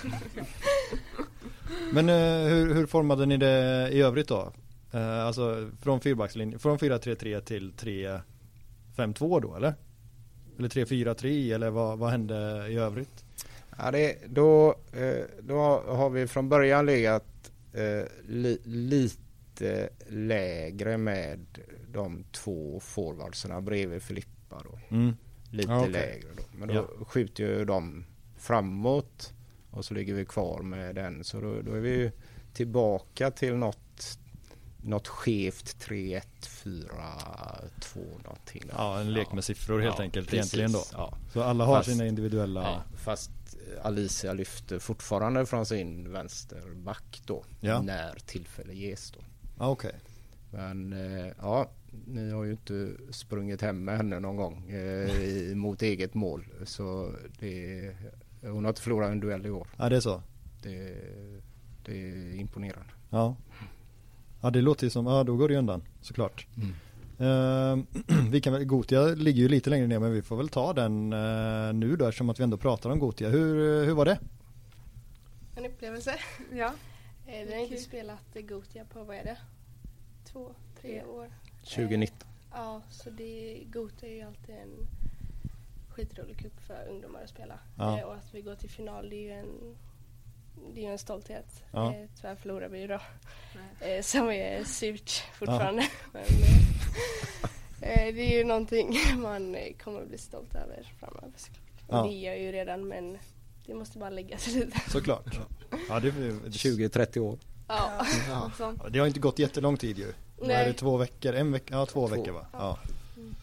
Men uh, hur, hur formade ni det i övrigt då? Uh, alltså från fyrbackslinjen, från fyra tre tre till tre fem två då, eller? Eller tre fyra tre, eller vad, vad hände i övrigt? Ja, det, då, eh, då har vi från början legat eh, li, lite lägre med de två forwardsarna bredvid Filippa då. Mm. Lite ja, okay. lägre då. Men då ja. skjuter ju de framåt och så ligger vi kvar med den. Så då, då är vi ju tillbaka till något något skevt tre ett fyra två någonting där. Ja, en lek med ja. siffror helt ja, enkelt precis. Egentligen då. Ja. Så alla har fast, sina individuella... Ja, fast Alicia lyfter fortfarande från sin vänsterback då. Ja. När tillfälle ges då. Ja, okej. Okay. Men eh, ja, ni har ju inte sprungit hem med henne någon gång eh, mot eget mål. Så det, hon har inte förlorat en duell i år. Ja, det är så. Det, det är imponerande. Ja. Ja, det låter ju som, ja då går det ju undan, såklart. Mm. Uh, vi kan väl, Gothia ligger ju lite längre ner, men vi får väl ta den uh, nu då, som att vi ändå pratar om Gothia. Hur, hur var det? En upplevelse. Ja. Eh, vi har inte spelat Gothia på, vad är det? Två, tre år. tjugonitton. Eh, ja, så det, Gothia är ju alltid en skitrolig cup för ungdomar att spela. Ja. Eh, och att vi går till final, det är ju en Det är ju en stolthet. Ja. Eh, tyvärr förlorar vi ju då. Eh, som är surt fortfarande. Ja. Men, eh, det är ju någonting man kommer att bli stolt över framöver. Och ja. det är jag ju redan, men det måste bara lägga sig lite. Såklart. Ja, det är tjugo trettio år. Ja. Ja. Ja. Det har inte gått jättelång tid ju. Nej. Är det två veckor? En vecka? Ja, två, två. veckor va? Ja. Mm.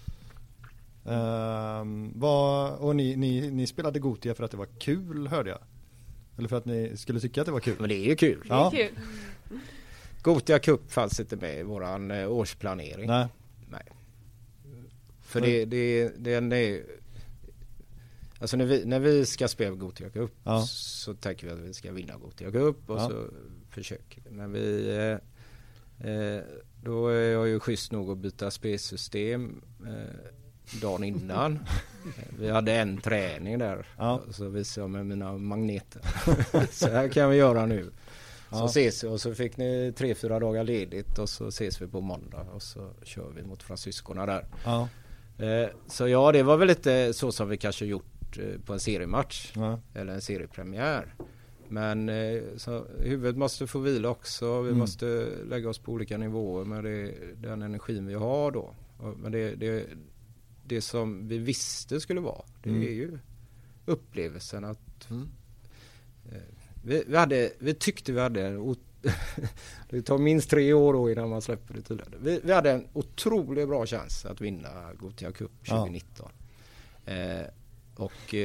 Um, vad, och ni, ni, ni spelade Gothia för att det var kul, hörde jag. Eller för att ni skulle tycka att det var kul. Men det är ju kul. Det är ja. kul. Gothia Cup fanns inte med i våran eh, årsplanering. Nej. Nej. För det, det, det är... Alltså när vi, när vi ska spela Gothia Cup ja. så tänker vi att vi ska vinna Gothia Cup och ja. så försöker vi. Men vi... Eh, eh, då är jag ju schysst nog att byta spelsystem eh, dagen innan. Vi hade en träning där. Ja. Så visade jag med mina magneter. Så här kan vi göra nu. Så ja. ses vi och så fick ni tre, fyra dagar ledigt och så ses vi på måndag och så kör vi mot fransyskorna där. Ja. Eh, så ja, det var väl lite så som vi kanske gjort eh, på en seriematch. Ja. Eller en seriepremiär. Men eh, så, huvudet måste få vila också. Vi mm. måste lägga oss på olika nivåer med det, den energin vi har då. Och, men det, det det som vi visste skulle vara, det mm. är ju upplevelsen att mm. eh, vi, vi, hade, vi tyckte vi hade en det tar minst tre år då innan man släpper det tydligare. Vi, vi hade en otroligt bra chans att vinna Gothia Cup tjugonitton. Ja. Eh, och eh,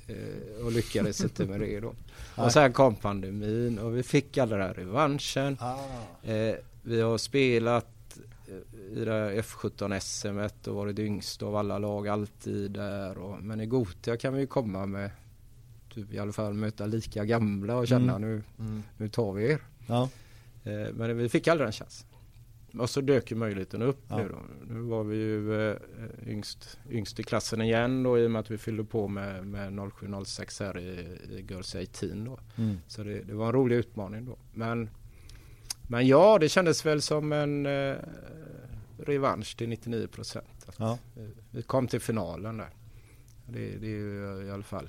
och lyckades inte med det då. Och sen kom pandemin och vi fick alla den här revanschen. Ah. Eh, vi har spelat i det F sjutton S M-et och varit yngst av alla lag alltid där. Och, men i Gothia kan vi ju komma med typ i alla fall möta lika gamla och känna mm. nu, mm. nu tar vi er. Ja. Eh, men vi fick aldrig en chans. Och så dök ju möjligheten upp ja. nu då. Nu var vi ju eh, yngst, yngst i klassen igen då, i och med att vi fyllde på med, med noll sju noll sex här i, i Girls arton då. Mm. Så det, det var en rolig utmaning då. Men, men ja, det kändes väl som en eh, revansch till nittionio procent. Ja. Vi, vi kom till finalen där. Det, det är ju i alla fall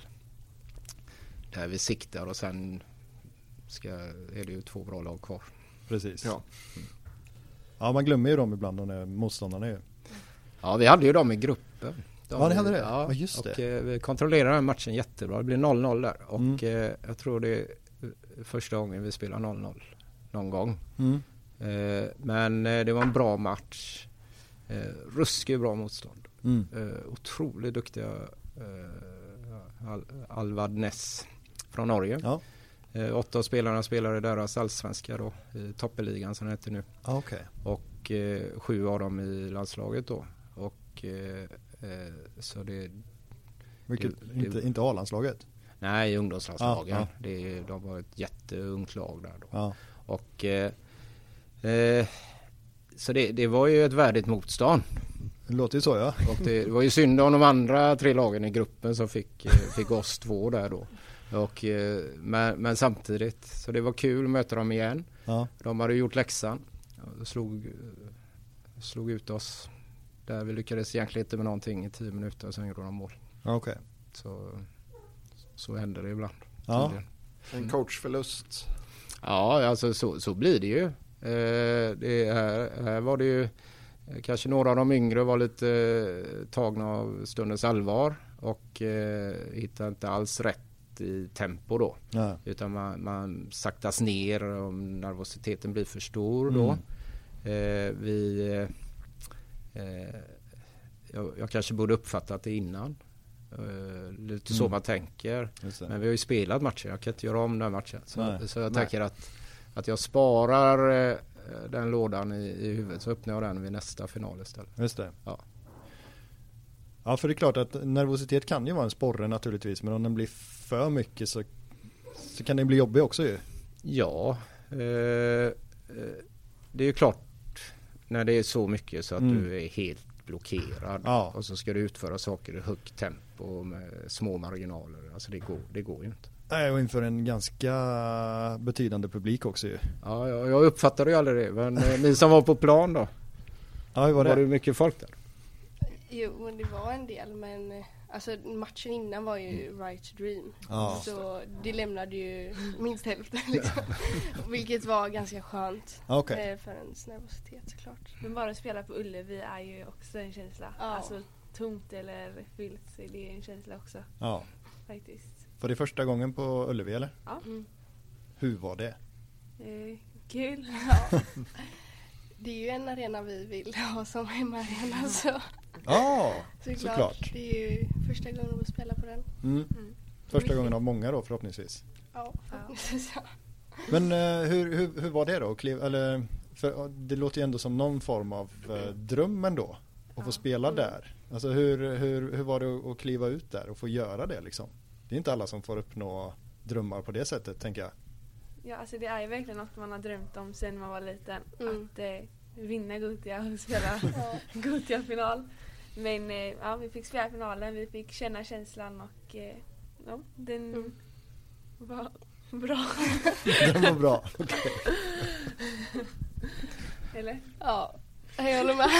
där vi siktar, och sen ska, är det ju två bra lag kvar. Precis. Ja. Mm. Ja, man glömmer ju dem ibland, de är motståndarna ju. Ja, vi hade ju dem i gruppen. De, ja, ni hade det? Ja, ja just det. Och eh, vi kontrollerade den matchen jättebra. Det blev noll noll där. Och mm. eh, jag tror det är första gången vi spelar noll noll någon gång. Mm. Eh, men eh, det var en bra match. Eh, ruskigt bra motstånd. Mm. Eh, otroligt duktiga eh, Al- Alvad Ness från Norge. Ja. Eh, åtta av spelarna spelar i deras allsvenska då, i toppeligan som det heter nu. Ah, okay. Och eh, sju av dem i landslaget då. Och eh, eh, så det... Vilket, det, inte, det, inte A-landslaget? Nej, ungdomslandslagen. Ah, ah. Det, de var ett jätteungt lag där då. Ah. Och eh, eh, så det, det var ju ett värdigt motstånd. Det låter ju så, ja. Och det, det var ju synd om de andra tre lagen i gruppen som fick, fick oss två där då. Och, men, men samtidigt, så det var kul att möta dem igen. Ja. De hade gjort läxan och slog, slog ut oss där. Vi lyckades egentligen inte med någonting i tio minuter och sen gjorde de mål. Okay. Så, så händer det ibland. Ja. En coachförlust. Ja, alltså så, så blir det ju. Eh, det här, här var det ju kanske några av de yngre var lite eh, tagna av stundens allvar och eh, hittade inte alls rätt i tempo då. Ja. Utan man, man saktas ner om nervositeten blir för stor då. Mm. Eh, vi eh, jag, jag kanske borde uppfattat det innan. Eh, lite mm. så man tänker. Men vi har ju spelat matcher. Jag kan inte göra om den matchen. Så, så jag Nej. tänker att, att jag sparar eh, den lådan i, i huvudet, så öppnar jag den vid nästa final istället. Just det. Ja. Ja, för det är klart att nervositet kan ju vara en sporre naturligtvis, men om den blir för mycket så, så kan den bli jobbig också ju. Ja, eh, det är ju klart när det är så mycket så att mm. du är helt blockerad ja. och så ska du utföra saker i högt tempo med små marginaler. Alltså det går, det går ju inte. Nej, och inför en ganska betydande publik också ju. Ja, jag, jag uppfattade ju aldrig det, men eh, ni som var på plan då? Ja, hur var det? Var det mycket folk där? Jo, det var en del, men alltså matchen innan var ju Right to Dream. Ja. Så det lämnade ju minst hälften liksom. Vilket var ganska skönt. Okay. För ens nervositet såklart. Men bara att spela på Ullevi är ju också en känsla. Ja. Alltså tomt eller fyllt, så det är en känsla också. Ja. Faktiskt. Var det första gången på Ullevi eller? Ja. Mm. Hur var det? Eh, kul. Ja. Det är ju en arena vi vill ha som hemmaarena så. Ja, såklart. såklart. Det är ju första gången vi spelar på den. Mm. Mm. Första gången av många då förhoppningsvis. Ja, förhoppningsvis ja. Men uh, hur, hur, hur var det då? Kliv, eller, för det låter ju ändå som någon form av uh, dröm ändå. Att ja. få spela mm. där. Alltså hur, hur, hur var det att kliva ut där och få göra det liksom? Det är inte alla som får uppnå drömmar på det sättet, tänker jag. Ja, alltså det är ju verkligen något man har drömt om sen man var liten. Mm. Att eh, vinna Gothia och spela Gothia-final. Men eh, ja, vi fick spela finalen, vi fick känna känslan och eh, ja, den mm. var bra. Den var bra, okej. Okay. Eller? Ja, jag håller med.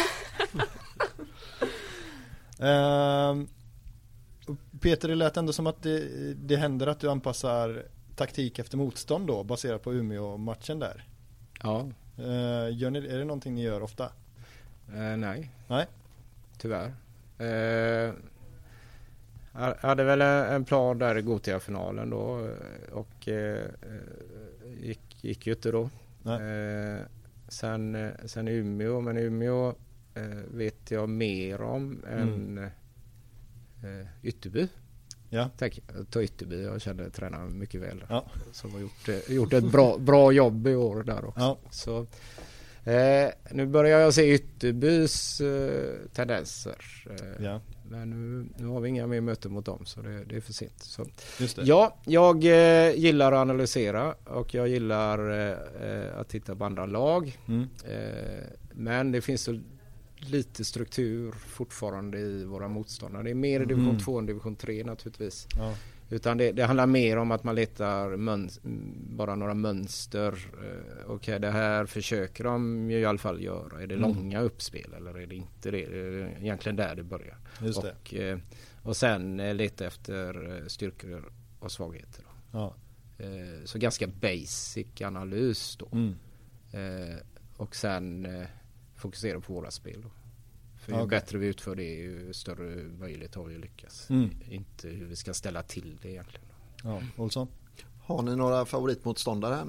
uh, Peter, det lät ändå som att det, det händer att du anpassar taktik efter motstånd då, baserat på Umeå-matchen där. Ja. Uh, gör ni, är det någonting ni gör ofta? Uh, nej. Nej. Tyvärr. Uh, jag hade väl en plan där i Gothia-finalen då och uh, gick, gick ju inte då. Uh, sen, sen Umeå, men Umeå uh, vet jag mer om mm. än uh, Ytterby. Ja. Tack. Ta Ytterby, jag känner tränaren mycket väl. Ja. Som har gjort, gjort ett bra, bra jobb i år där också. Ja. Så, eh, nu börjar jag se Ytterbys eh, tendenser. Eh, Ja. Men nu, nu har vi inga mer möten mot dem, så det, det är för sent. Så. Just det. Ja, jag eh, gillar att analysera och jag gillar eh, att titta på andra lag. Mm. Eh, men det finns så lite struktur fortfarande i våra motståndare. Det är mer i division Mm. två än division tre naturligtvis. Ja. Utan det, det handlar mer om att man letar möns- bara några mönster. Eh, Okej, okay, det här försöker de ju i alla fall göra. Är det Mm. långa uppspel eller är det inte det? Det är egentligen där det börjar. Just det. Och, eh, och sen eh, leta efter eh, styrkor och svagheter. Då. Ja. Eh, så ganska basic analys då. Mm. Eh, och sen eh, fokusera på våra spel då. För ju Okay. bättre vi utför det, ju större möjlighet har vi att lyckas. Mm. Inte hur vi ska ställa till det egentligen. Ja, Olsson? Har ni några favoritmotståndare här nu?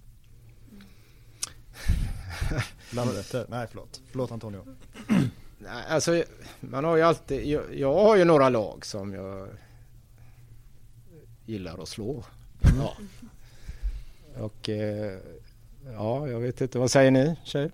Landrätter? Nej, förlåt. Förlåt Antonio. Nej, alltså man har ju alltid, jag, jag har ju några lag som jag gillar att slå. Ja. Och eh, ja, jag vet inte, vad säger ni tjejer?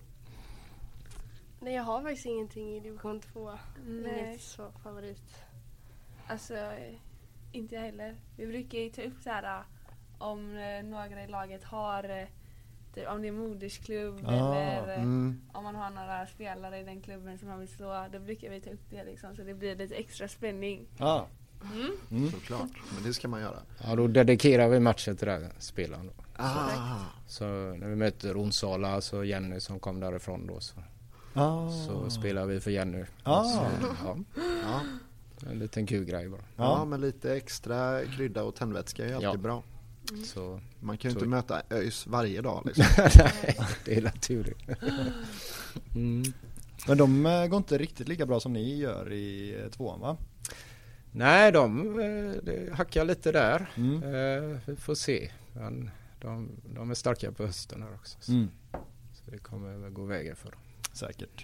Nej, jag har faktiskt ingenting i division två. Nej. Inget så favorit. Alltså, eh, inte jag heller. Vi brukar ju ta upp så här eh, om eh, några i laget har eh, typ, om det är modersklubb Ah, eller eh, Mm. om man har några spelare i den klubben som man vill slå, då brukar vi ta upp det liksom, så det blir lite extra spänning. Ja. Mm. Mm. Såklart, men det ska man göra. Ja, då dedikerar vi matchen till den spelaren då. Ah, Så när vi möter Onsala, så Jenny som kom därifrån då, så, Ah. så spelar vi för Jenny. Ah. Så, ja, ja. en liten kul grej bara. Ja, Ja. men lite extra krydda och tändvätska är ju alltid Ja. bra. Så Man kan ju Så- inte möta ÖIS varje dag liksom. nej, det är naturligt. Mm. Men de eh, går inte riktigt lika bra som ni gör i eh, tvåan, va? Nej, de eh, det hackar lite där. Mm. Eh, vi får se. Men de, de är starka på hösten här också. Så, Mm. så det kommer väl gå vägen för dem. Säkert.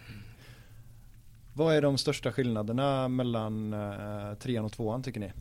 Vad är de största skillnaderna mellan eh, trean och tvåan tycker ni?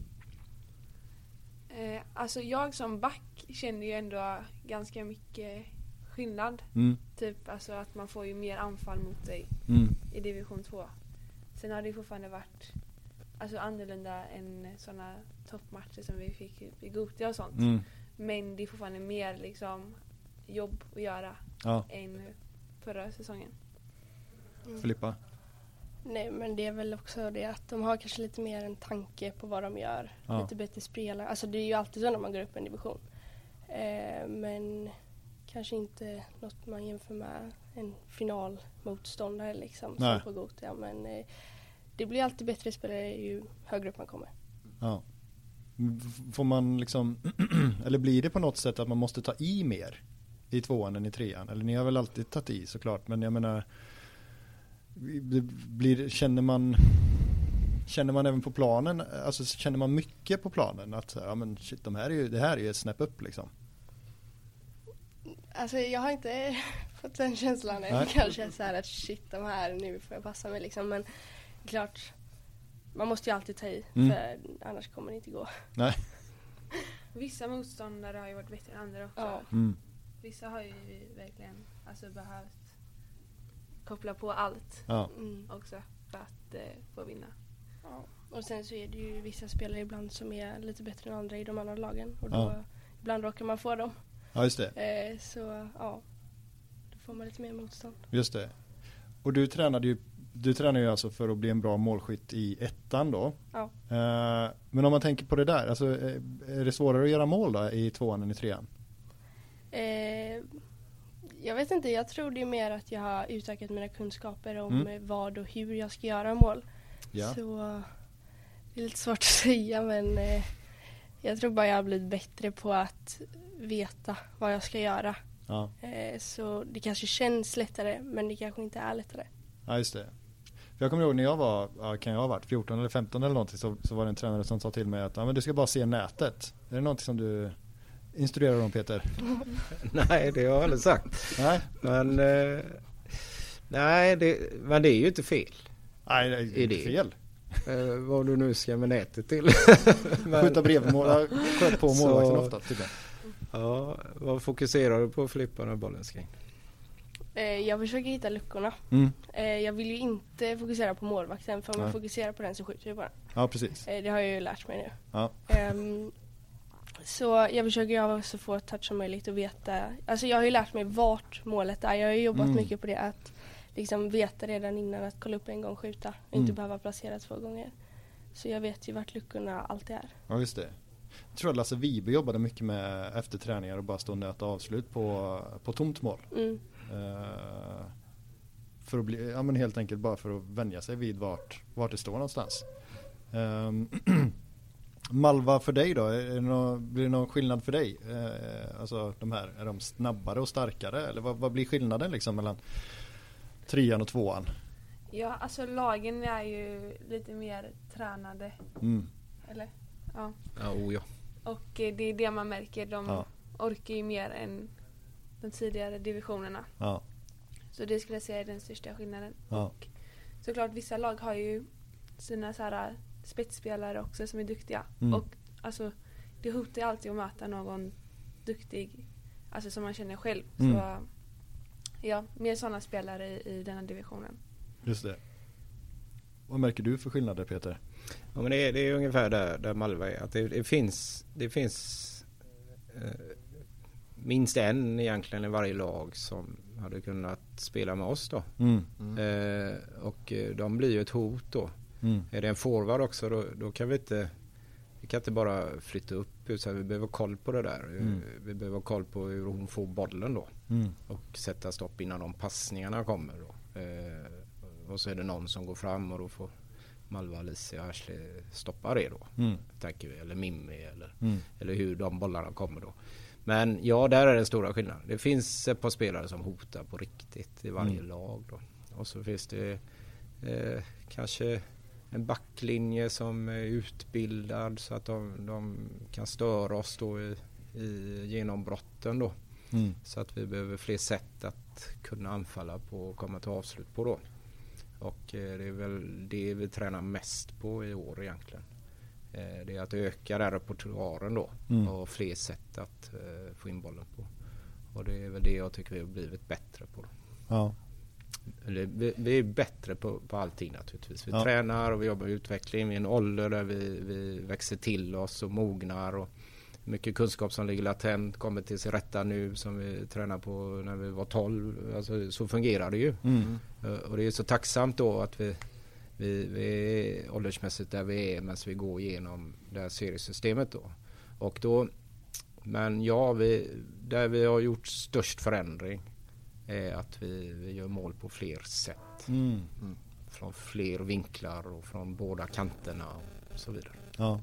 Eh, alltså jag som back känner ju ändå ganska mycket skillnad. Mm. Typ alltså att man får ju mer anfall mot sig Mm. i division två. Sen har det ju fortfarande varit alltså annorlunda än sådana toppmatcher som vi fick i Gothia och sånt. Mm. Men det är fortfarande mer liksom jobb att göra Ja, än förra säsongen. Filippa? Nej, men det är väl också det att de har kanske lite mer en tanke på vad de gör. Ja. Lite bättre spelare. Alltså det är ju alltid så när man går upp en division. Eh, men kanske inte något man jämför med en finalmotståndare liksom. Nej. Som på Gothia. Men eh, det blir alltid bättre spelare ju högre upp man kommer. Ja. F- Får man liksom, eller blir det på något sätt att man måste ta i mer i tvåan än i trean? Eller ni har väl alltid tagit i såklart, men jag menar, det blir, känner man känner man även på planen, alltså känner man mycket på planen att ja men shit, de här är ju, det här är ju ett snäpp upp liksom. Alltså jag har inte fått den känslan än. Nej. Kanske så här att shit, de här nu får jag passa mig liksom. Men klart, man måste ju alltid ta i. Mm. För annars kommer det inte gå. Nej. Vissa motståndare har ju varit bättre än andra också. Ja. Mm. Vissa har ju verkligen alltså behövt koppla på allt Ja. Mm. också för att eh, få vinna. Ja. Och sen så är det ju vissa spelare ibland som är lite bättre än andra i de andra lagen. Och då Ja. ibland råkar man få dem. Ja, just det. Eh, så ja, då får man lite mer motstånd. Just det. Och du tränade ju du tränar ju alltså för att bli en bra målskytt i ettan då. Ja. Eh, men om man tänker på det där, alltså, eh, är det svårare att göra mål då i tvåan än i trean? Eh, jag vet inte, jag tror det är mer att jag har utökat mina kunskaper om Mm. eh, vad och hur jag ska göra mål. Ja. Så det är lite svårt att säga, men eh, jag tror bara jag har blivit bättre på att veta vad jag ska göra. Ja. Eh, så det kanske känns lättare, men det kanske inte är lättare. Ja, just det. För jag kommer ihåg när jag var, ja, kan jag ha varit fjorton eller femton eller någonting, så, så var det en tränare som sa till mig att ja, men du ska bara se nätet. Är det någonting som du instruerar om, Peter? Nej, det har jag aldrig sagt. Nej, Men, eh, nej, det, men det är ju inte fel. nej det är Är inte det? fel. Eh, vad du nu ska med nätet till. Men, skjuta bredvid mål, sköt på målvakten ofta typ. Ja, vad fokuserar du på Filippa när bollen ska in? Eh, jag försöker hitta luckorna. Mm. Eh, jag vill ju inte fokusera på målvakten, för om man Nej. fokuserar på den så skjuter jag på den. Ja, precis. Eh, det har jag ju lärt mig nu. Ja. Um, så jag försöker ju ha så få touch som möjligt och veta. Alltså jag har ju lärt mig vart målet är. Jag har ju jobbat Mm. mycket på det, att liksom veta redan innan, att kolla upp en gång, skjuta och Mm. inte behöva placera två gånger. Så jag vet ju vart luckorna alltid är. Ja, just det. Jag tror att Lasse Vibe jobbade mycket med efter träningar och bara stå och nöta avslut på, på tomt mål. Mm. Uh, för att bli, ja men helt enkelt bara för att vänja sig vid vart, vart det står någonstans. Um, Malva, för dig då, är det någon, blir det någon skillnad för dig? Uh, alltså de här, är de snabbare och starkare? Eller vad, vad blir skillnaden liksom mellan trean och tvåan? Ja, alltså lagen är ju lite mer tränade. Mm. Eller? Ja. Ja, oh ja. Och eh, det är det man märker. De Ja. orkar ju mer än de tidigare divisionerna. Ja. Så det skulle jag säga är den största skillnaden. Ja. Och såklart vissa lag har ju sina så här spetsspelare också som är duktiga. Mm. Och alltså det hotar ju alltid att möta någon duktig, alltså som man känner själv. Mm. Så ja, mer sådana spelare i, i denna divisionen. Just det. Vad märker du för skillnader, Peter? Ja, men det är, det är ungefär där, där Malva är. Att det, det finns, det finns eh, minst en egentligen i varje lag som hade kunnat spela med oss då. Mm. Eh, och eh, de blir ju ett hot då. Mm. Är det en forward också, då, då kan vi inte vi kan inte bara flytta upp, utan vi behöver koll på det där. Mm. Vi behöver koll på hur hon får bollen då. Mm. Och sätta stopp innan de passningarna kommer då. Eh, och så är det någon som går fram och då får Malva, Alicia och Ashley stoppa det då. Mm. Tänker vi, eller Mimmi eller, Mm. eller hur de bollarna kommer då. Men ja, där är den stora skillnaden. Det finns ett par spelare som hotar på riktigt i varje Mm. lag då. Och så finns det eh, kanske en backlinje som är utbildad så att de, de kan störa oss då i, i genombrotten då. Mm. Så att vi behöver fler sätt att kunna anfalla på och komma till avslut på då. Och eh, det är väl det vi tränar mest på i år egentligen. Eh, det är att öka den repertoaren då. Mm. Och fler sätt att eh, få in bollen på. Och det är väl det jag tycker vi har blivit bättre på då. Ja. Eller, vi, vi är bättre på, på allting naturligtvis. Vi Ja. tränar och vi jobbar med utveckling. Vi är en ålder där vi, vi växer till oss och mognar. Och mycket kunskap som ligger latent kommer till sig rätta nu som vi tränar på när vi var tolv. Alltså, så fungerar det ju. Mm. Och det är så tacksamt då att vi, vi, vi är åldersmässigt där vi är medan vi går igenom det här seriesystemet då. Och då men ja, vi, där vi har gjort störst förändring är att vi, vi gör mål på fler sätt. Mm. Mm. Från fler vinklar och från båda kanterna och så vidare. Ja.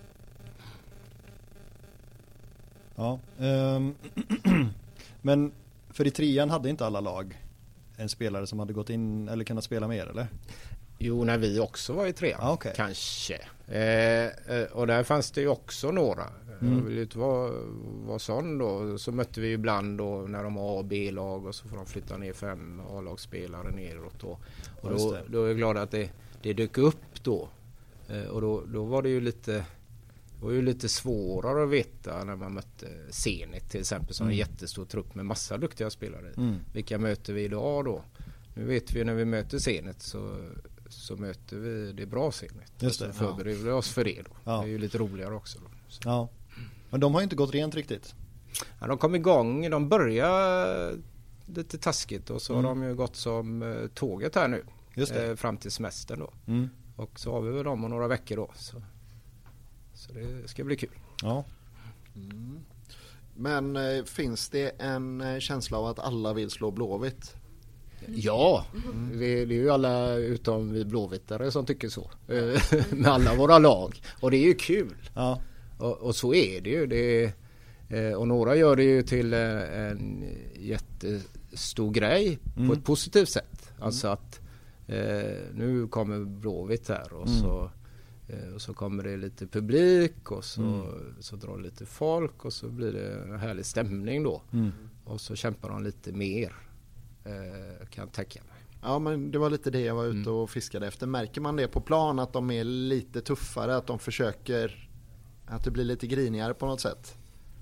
Ja. Um, men för i trean hade inte alla lag en spelare som hade gått in eller kunnat spela mer, eller? Jo, när vi också var i trean. Ah, okay. Kanske. Eh, eh, och där fanns det ju också några. Mm. Jag vill ju inte vara, vara sån då. Så mötte vi ibland då när de har A och B-lag och så får de flytta ner fem A-lagsspelare neråt då. Och då, då är jag glad att det, det dök upp då. Eh, och då, då var det ju lite det var ju lite svårare att veta när man mötte Zenit till exempel som Mm. en jättestor trupp med massa duktiga spelare. Mm. Vilka möter vi idag då? Nu vet vi när vi möter Zenit så, så möter vi det bra Zenit. Just det, så förbereder vi ja. oss för det då. Ja. Det är ju lite roligare också då. Så. Ja. Men de har ju inte gått rent riktigt. Ja, de kom igång, de började lite taskigt och så Mm. har de ju gått som eh, tåget här nu. Just det. Eh, fram till semestern då. Mm. Och så har vi väl dem om några veckor då. Så, så det ska bli kul. Ja. Mm. Men eh, finns det en eh, känsla av att alla vill slå Blåvitt? Ja, mm. vi, det är ju alla utom vi blåvittare som tycker så. Med alla våra lag. Och det är ju kul. Ja. Och, och så är det ju. Det är, eh, och några gör det ju till eh, en jättestor grej Mm. på ett positivt sätt. Alltså att eh, nu kommer Blåvitt här och, Mm. så, eh, och så kommer det lite publik och så, Mm. så drar lite folk och så blir det en härlig stämning då. Mm. Och så kämpar de lite mer. Eh, kan jag tänka mig. Ja, men det var lite det jag var ute och fiskade efter. Märker man det på plan att de är lite tuffare, att de försöker, att det blir lite grinigare på något sätt?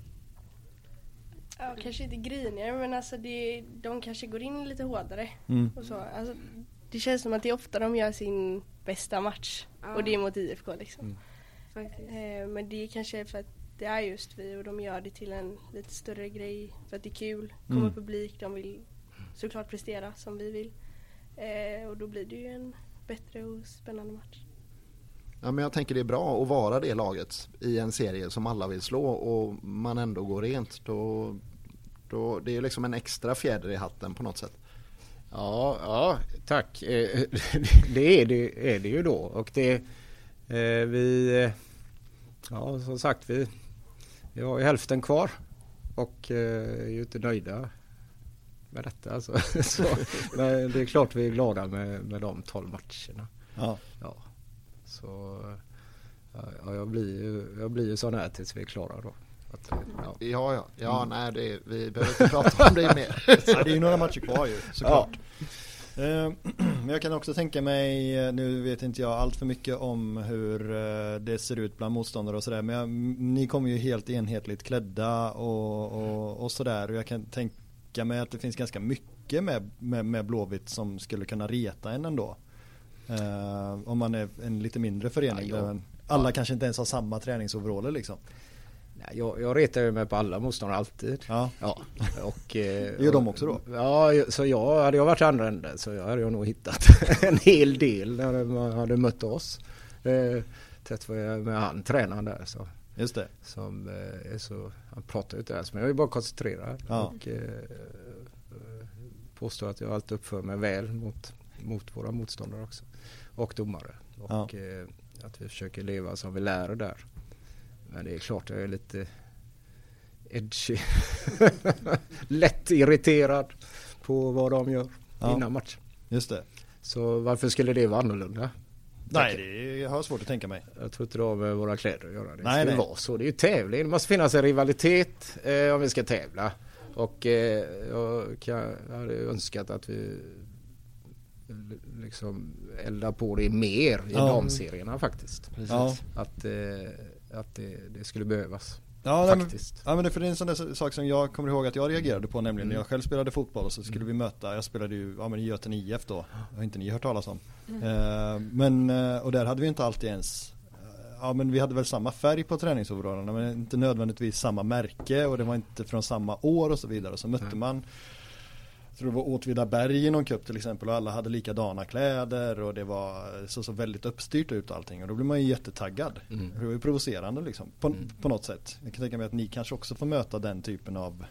Ja, kanske inte grinigare, men alltså det, de kanske går in lite hårdare. Mm. Och så. Alltså, det känns som att det är ofta de gör sin bästa match. Ja. Och det är mot I F K liksom. Mm. Faktiskt. Eh, men det är kanske för att det är just vi och de gör det till en lite större grej. För att det är kul. Kommer Mm. publik, de vill såklart prestera som vi vill. Eh, och då blir det ju en bättre och spännande match. Ja, men jag tänker det är bra att vara det laget i en serie som alla vill slå och man ändå går rent. Då, då, det är liksom en extra fjäder i hatten på något sätt. Ja, ja tack. Eh, det är det, är det ju då. Och det, eh, vi, eh, ja som sagt, vi, vi har ju hälften kvar och eh, är ju inte nöjda med detta. Alltså. Så, men det är klart vi är glada med, med de tolv matcherna. Ja. Ja. Så ja, jag blir ju, jag blir ju sån här tills vi är klara då. Att, ja. Ja, ja, ja nej, det, vi behöver inte prata om det mer. Ja, det är ju några matcher kvar ju, såklart. Ja. Eh, men jag kan också tänka mig, nu vet inte jag allt för mycket om hur eh, det ser ut bland motståndare och sådär, men jag, ni kommer ju helt enhetligt klädda och, och, och sådär, och jag kan tänka mig att det finns ganska mycket med, med, med Blåvitt som skulle kunna reta en ändå. Eh, om man är en lite mindre förening, ja, där alla ja. kanske inte ens har samma träningsoveraller liksom. Nej, jag, jag retar ju mig på alla motståndare alltid. Ja. Ja. Och, eh, det gör de också då? Ja, så jag hade jag varit andra änden så jag hade jag nog hittat en hel del när man hade mött oss. Eh, tätt med han tränaren där så. Just det. Som eh, är så, han pratar ju inte ens, men jag är bara koncentrerad ja. och eh, påstår att jag alltid uppför mig väl mot, mot våra motståndare också. Och domare. Och ja. eh, att vi försöker leva som vi lär där. Men det är klart jag är lite edgy. Lätt irriterad på vad de gör ja. innan match. Just det. Så varför skulle det vara annorlunda? Nej, det har svårt att tänka mig. Jag tror inte det har med våra kläder att göra. Det nej, ska nej. vara så. Det är ju tävling. Det måste finnas en rivalitet eh, om vi ska tävla. Och eh, jag, kan, jag hade önskat att vi liksom eldar på det mer i ja. damserierna faktiskt. Ja. Att, eh, att det, det skulle behövas. Ja, faktiskt. Men, ja, men det, för det är en sån där sak som jag kommer ihåg att jag reagerade på, nämligen mm. när jag själv spelade fotboll och så skulle mm. vi möta, jag spelade ju ja, men i Göten I F då, det har inte ni hört talas om. Mm. Uh, men, uh, och där hade vi inte alltid ens, uh, ja men vi hade väl samma färg på träningsoverallerna men inte nödvändigtvis samma märke och det var inte från samma år och så vidare. Så mötte mm. man, jag tror det var Åtvidaberg i någon cup till exempel och alla hade likadana kläder och det var så, så väldigt uppstyrt ut allting och då blir man ju jättetaggad. Mm. Det var ju provocerande liksom, på, mm. på något sätt. Jag kan tänka mig att ni kanske också får möta den typen av...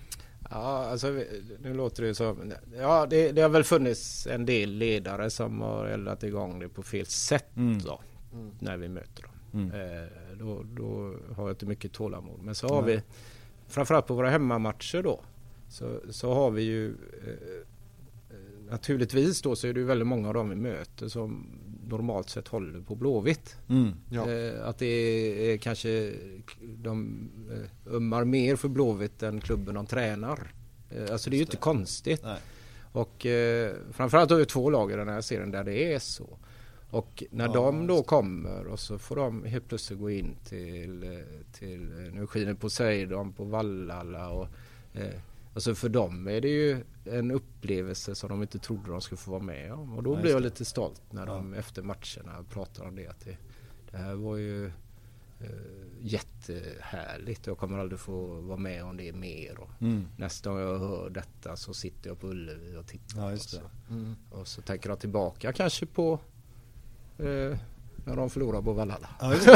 Ja, alltså nu låter det så. Ja, det, det har väl funnits en del ledare som har eldat igång det på fel sätt mm. då, mm. när vi möter dem. Mm. Eh, då, då har jag inte mycket tålamod. Men så har mm. vi, framförallt på våra hemmamatcher då, Så, så har vi ju eh, naturligtvis då så är det ju väldigt många av dem vi möter som normalt sett håller på Blåvitt. Mm, ja. eh, att det är, är kanske de eh, ömmar mer för Blåvitt än klubben de tränar. Eh, alltså det är ju inte konstigt. Nej. Och eh, framförallt har vi två lag i den här serien där det är så. Och när ja, de då kommer och så får de helt plötsligt gå in till, till nu skiner Poseidon på Vallhalla och eh, alltså för dem är det ju en upplevelse som de inte trodde de skulle få vara med om. Och då ja, blev jag lite stolt när de ja. efter matcherna pratade om det. Att det, det här var ju eh, jättehärligt. Jag kommer aldrig få vara med om det mer. Och mm. nästa gång jag hör detta så sitter jag på Ullevi och tittar. Ja, just det. Och, så, mm. och så tänker jag tillbaka kanske på eh, när de förlorar på Vallhalla. Ja, just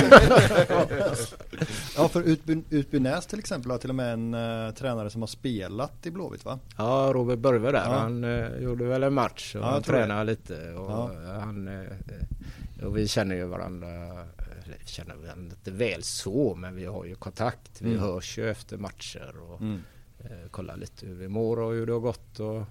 det. Ja, för Utby, Utbynäs till exempel har till och med en uh, tränare som har spelat i Blåvitt, va? Ja, Robert Börve där. Ja. Han uh, gjorde väl en match och ja, han tränade det. lite. Och, ja. han, uh, och vi känner ju varandra, eller vi känner varandra inte väl så, men vi har ju kontakt. Vi mm. hörs ju efter matcher och mm. uh, kollar lite hur vi mår och hur det har gått och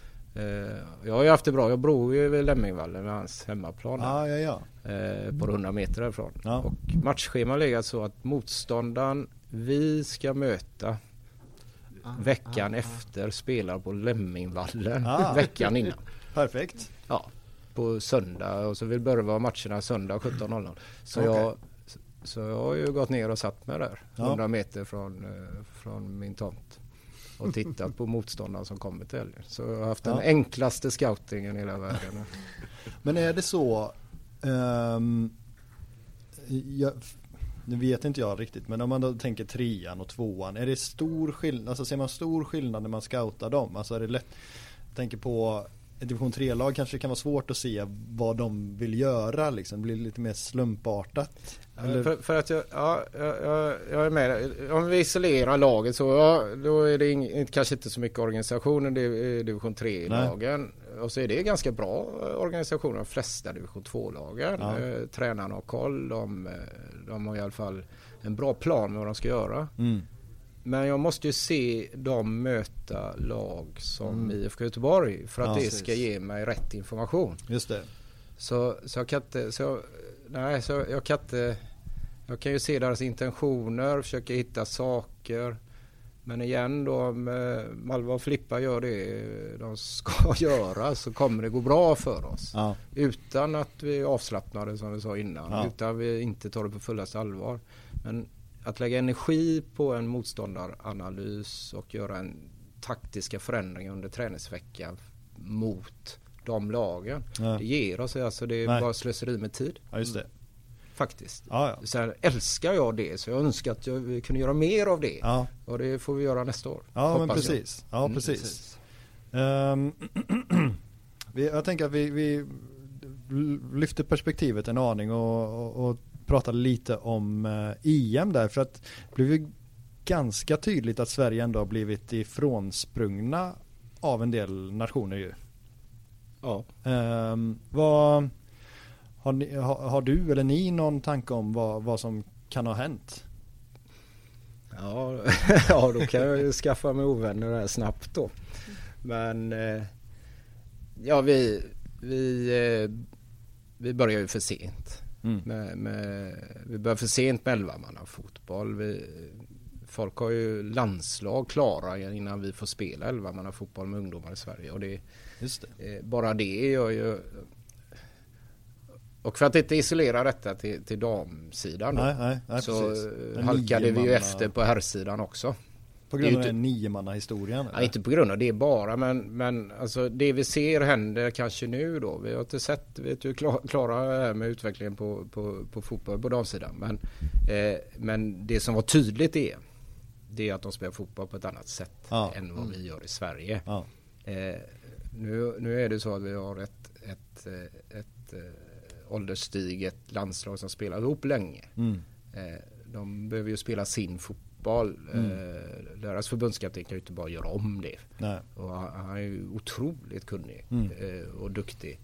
jag har ju haft det bra. Jag bor ju vid Lämmingvallen med hans hemmaplan. Ah, ja, ja. Eh, på hundra meter därifrån. Ja. Och matchscheman ligger så att motståndaren vi ska möta ah, veckan ah, efter ah. spelar på Lämmingvallen ah. veckan innan. Perfekt. Ja, på söndag och så vill börja vara matcherna söndag sjutton noll noll. Så, okay. jag, så jag har ju gått ner och satt mig där ja. hundra meter från, från min tomt och tittat på motståndare som kommer till helgen. Så jag har haft den ja. enklaste scoutingen i hela världen. Men är det så um, jag, nu vet inte jag riktigt, men om man då tänker trean och tvåan, är det stor skillnad, alltså ser man stor skillnad när man scoutar dem? Alltså är det lätt, jag tänker på ett division tre-lag kanske det kan vara svårt att se vad de vill göra liksom, det blir lite mer slumpartat. Eller? För, för att jag, ja, jag, jag är med. Om vi isolerar laget så ja, då är det ing, kanske inte så mycket organisationer i division tre-lagen. Och så är det ganska bra organisationer, de flesta division två-lagen. Ja. Eh, tränarna har koll, de, de har i alla fall en bra plan med vad de ska göra. Mm. Men jag måste ju se dem möta lag som mm. I F K Göteborg för att ja, det precis. Ska ge mig rätt information. Just det. Så, så jag kan inte, så jag, nej, så jag kan inte, jag kan ju se deras intentioner, försöka hitta saker. Men igen då, om Malva och Filippa gör det de ska göra så kommer det gå bra för oss. Ja. Utan att vi är avslappnade som vi sa innan. Ja. Utan vi inte tar det på fullaste allvar. Men att lägga energi på en motståndaranalys och göra en taktiska förändringar under träningsveckan mot de lagen. Ja. Det ger oss, alltså det är Nej. bara slöseri med tid. Ja, just det. Faktiskt. Ja, ja. Sen älskar jag det, så jag önskar att jag kunde göra mer av det. Ja. Och det får vi göra nästa år. Ja, men precis. Jag. Ja, mm, precis. precis. Um, vi, jag tänker att vi, vi lyfter perspektivet en aning och, och, och pratar lite om uh, E M där, för att det blev ju ganska tydligt att Sverige ändå har blivit ifrånsprungna av en del nationer ju. Ja. Um, vad Har, ni, har, har du eller ni någon tanke om vad, vad som kan ha hänt? Ja, ja, då kan jag ju skaffa mig ovänner där snabbt då. Men eh, ja, vi, vi, eh, vi börjar ju för sent. Mm. Med, med, vi börjar för sent med elvamanna fotboll. Vi, folk har ju landslag klara innan vi får spela elvamanna fotboll med ungdomar i Sverige. Och det, Just det. Eh, bara det gör ju... Och för att inte isolera detta till, till damsidan då, nej, nej, nej, så halkade vi ju efter på herrsidan också. På grund av den niomannahistorien? Ja, inte på grund av det bara, men, men alltså det vi ser händer kanske nu då. Vi har inte sett, vi är ju klara med utvecklingen på, på, på fotboll på damsidan. Men, eh, men det som var tydligt är, det är att de spelar fotboll på ett annat sätt ja. än vad vi gör i Sverige. Ja. Eh, nu, nu är det så att vi har ett, ett, ett, ett ålderstiget landslag som spelar ihop länge. Mm. Eh, de behöver ju spela sin fotboll. Mm. Eh, deras förbundskapten kan ju inte bara göra om det. Nej. Och han, han är ju otroligt kunnig mm. eh, och duktig.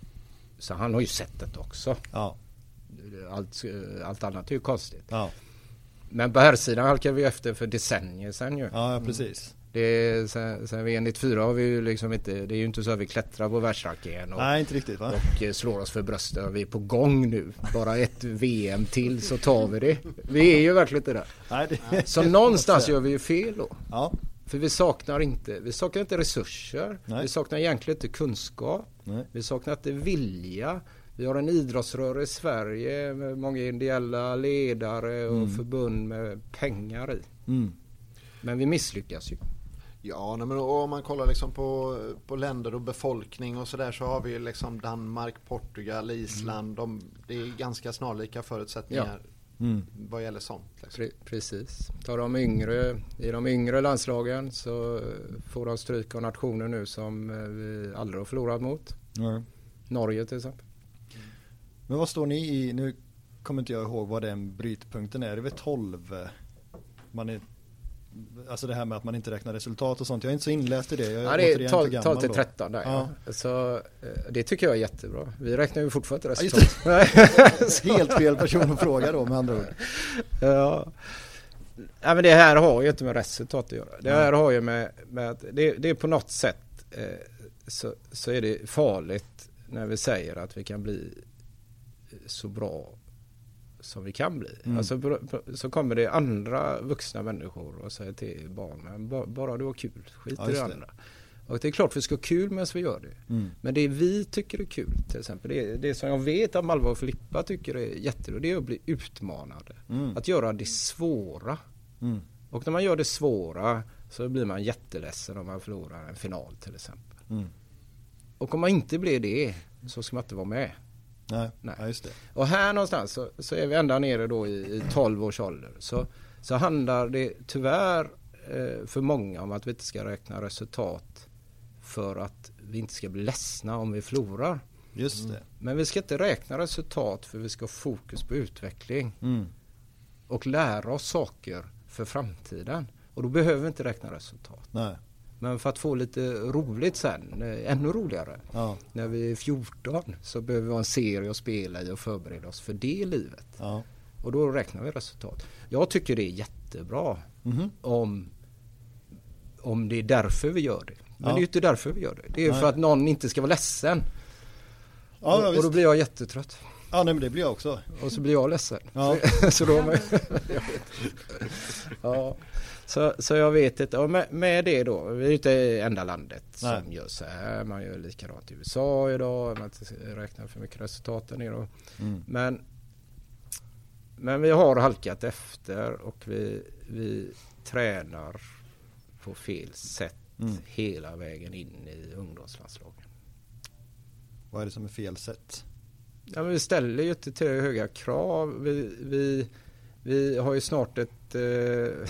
Så han har ju sett det också. Ja. Allt, allt annat är ju konstigt. Ja. Men på här sidan halkar vi efter för decennier sedan ju. Ja, ja precis. Det är, sen, sen vi är nittiofyra har vi ju liksom inte, det är ju inte så att vi klättrar på världsranken och, Nej, inte riktigt, va? och slår oss för bröstet. Vi är på gång nu. Bara ett V M till så tar vi det. Vi är ju verkligen inte där. Nej, det, så någonstans gör vi ju fel då. Ja. För vi saknar inte, vi saknar inte resurser. Nej. Vi saknar egentligen inte kunskap. Nej. Vi saknar inte vilja. Vi har en idrottsrörelse i Sverige med många ideella ledare och mm. förbund med pengar i. Mm. Men vi misslyckas ju. Ja, men om man kollar liksom på, på länder och befolkning och sådär, så har vi liksom Danmark, Portugal, Island. Mm. De, det är ganska snarlika förutsättningar ja. mm. vad gäller sånt. Liksom. Pre- precis. Tar de yngre, i de yngre landslagen så får de stryk av nationer nu som vi aldrig har förlorat mot. Mm. Norge till exempel. Men vad står ni i, nu kommer inte jag ihåg vad den brytpunkten är, är det väl tolv? Man är, alltså det här med att man inte räknar resultat och sånt, jag är inte så inläst i det. Jag ja, det är tolv, tolv till tretton där. Ja. Ja. Så, det tycker jag är jättebra. Vi räknar ju fortfarande resultat. Ja, helt fel person att fråga då med andra ord. Ja. Ja, men det här har ju inte med resultat att göra. Det här har ju med, med att det, det är på något sätt eh, så, så är det farligt när vi säger att vi kan bli så bra som vi kan bli. Mm. Alltså, så kommer det andra vuxna människor och säger till barnen, bara, bara du har kul, skit ja, i det andra. Och det är klart vi ska ha kul medan vi gör det. Mm. Men det vi tycker är kul, till exempel, det, det som jag vet att Malva och Filippa tycker är jätteroligt, det är att bli utmanade. Mm. Att göra det svåra. Mm. Och när man gör det svåra så blir man jätteledsen om man förlorar en final till exempel. Mm. Och om man inte blir det så ska man inte vara med. Nej, Nej. Ja, just det. Och här någonstans så, så är vi ända nere då i, i tolv års ålder. Så, så handlar det tyvärr eh, för många om att vi inte ska räkna resultat för att vi inte ska bli ledsna om vi förlorar. Just det. Mm. Men vi ska inte räkna resultat för vi ska ha fokus på utveckling. Mm. Och lära oss saker för framtiden. Och då behöver vi inte räkna resultat. Nej. Men för att få lite roligt sen, ännu roligare, ja. När vi är fjorton så behöver vi ha en serie att spela i och förbereda oss för det livet. Ja. Och då räknar vi resultat. Jag tycker det är jättebra mm-hmm. om, om det är därför vi gör det. Men ja. Det är ju inte därför vi gör det. Det är nej. För att någon inte ska vara ledsen. Ja, och, och då blir jag jättetrött. Ja, nej, men det blir jag också. Och så blir jag ledsen. Ja. så då man, ja. Så, så jag vet inte. Och med, med det då, vi är inte enda landet nej. Som gör så här. Man gör likadant i U S A idag. Man räknar för mycket resultaten idag. Mm. Men, men vi har halkat efter och vi, vi tränar på fel sätt mm. hela vägen in i ungdomslandslagen. Vad är det som är fel sätt? Ja, men vi ställer ju inte till höga krav. Vi, vi, vi har ju snart ett... Eh,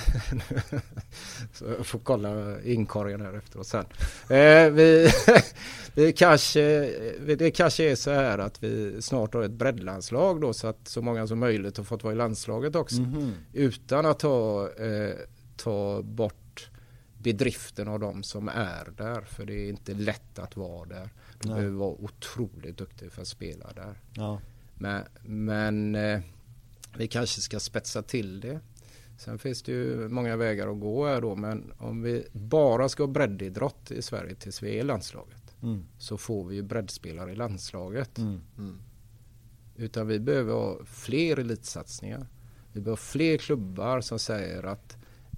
så jag får kolla inkorgen här efteråt sen. Eh, vi, vi kanske, det kanske är så här att vi snart har ett breddlandslag då, så att så många som möjligt har fått vara i landslaget också. Mm-hmm. Utan att ta, eh, ta bort bedriften av de som är där. För det är inte lätt att vara där. Du Nej. behöver vara otroligt duktig för att spela där. Ja. Men, men eh, vi kanske ska spetsa till det. Sen finns det ju många vägar att gå här då. Men om vi bara ska ha breddidrott i Sverige tills vi är i landslaget. Mm. Så får vi ju breddspelare i landslaget. Mm. Mm. Utan vi behöver ha fler elitsatsningar. Vi behöver fler klubbar som säger att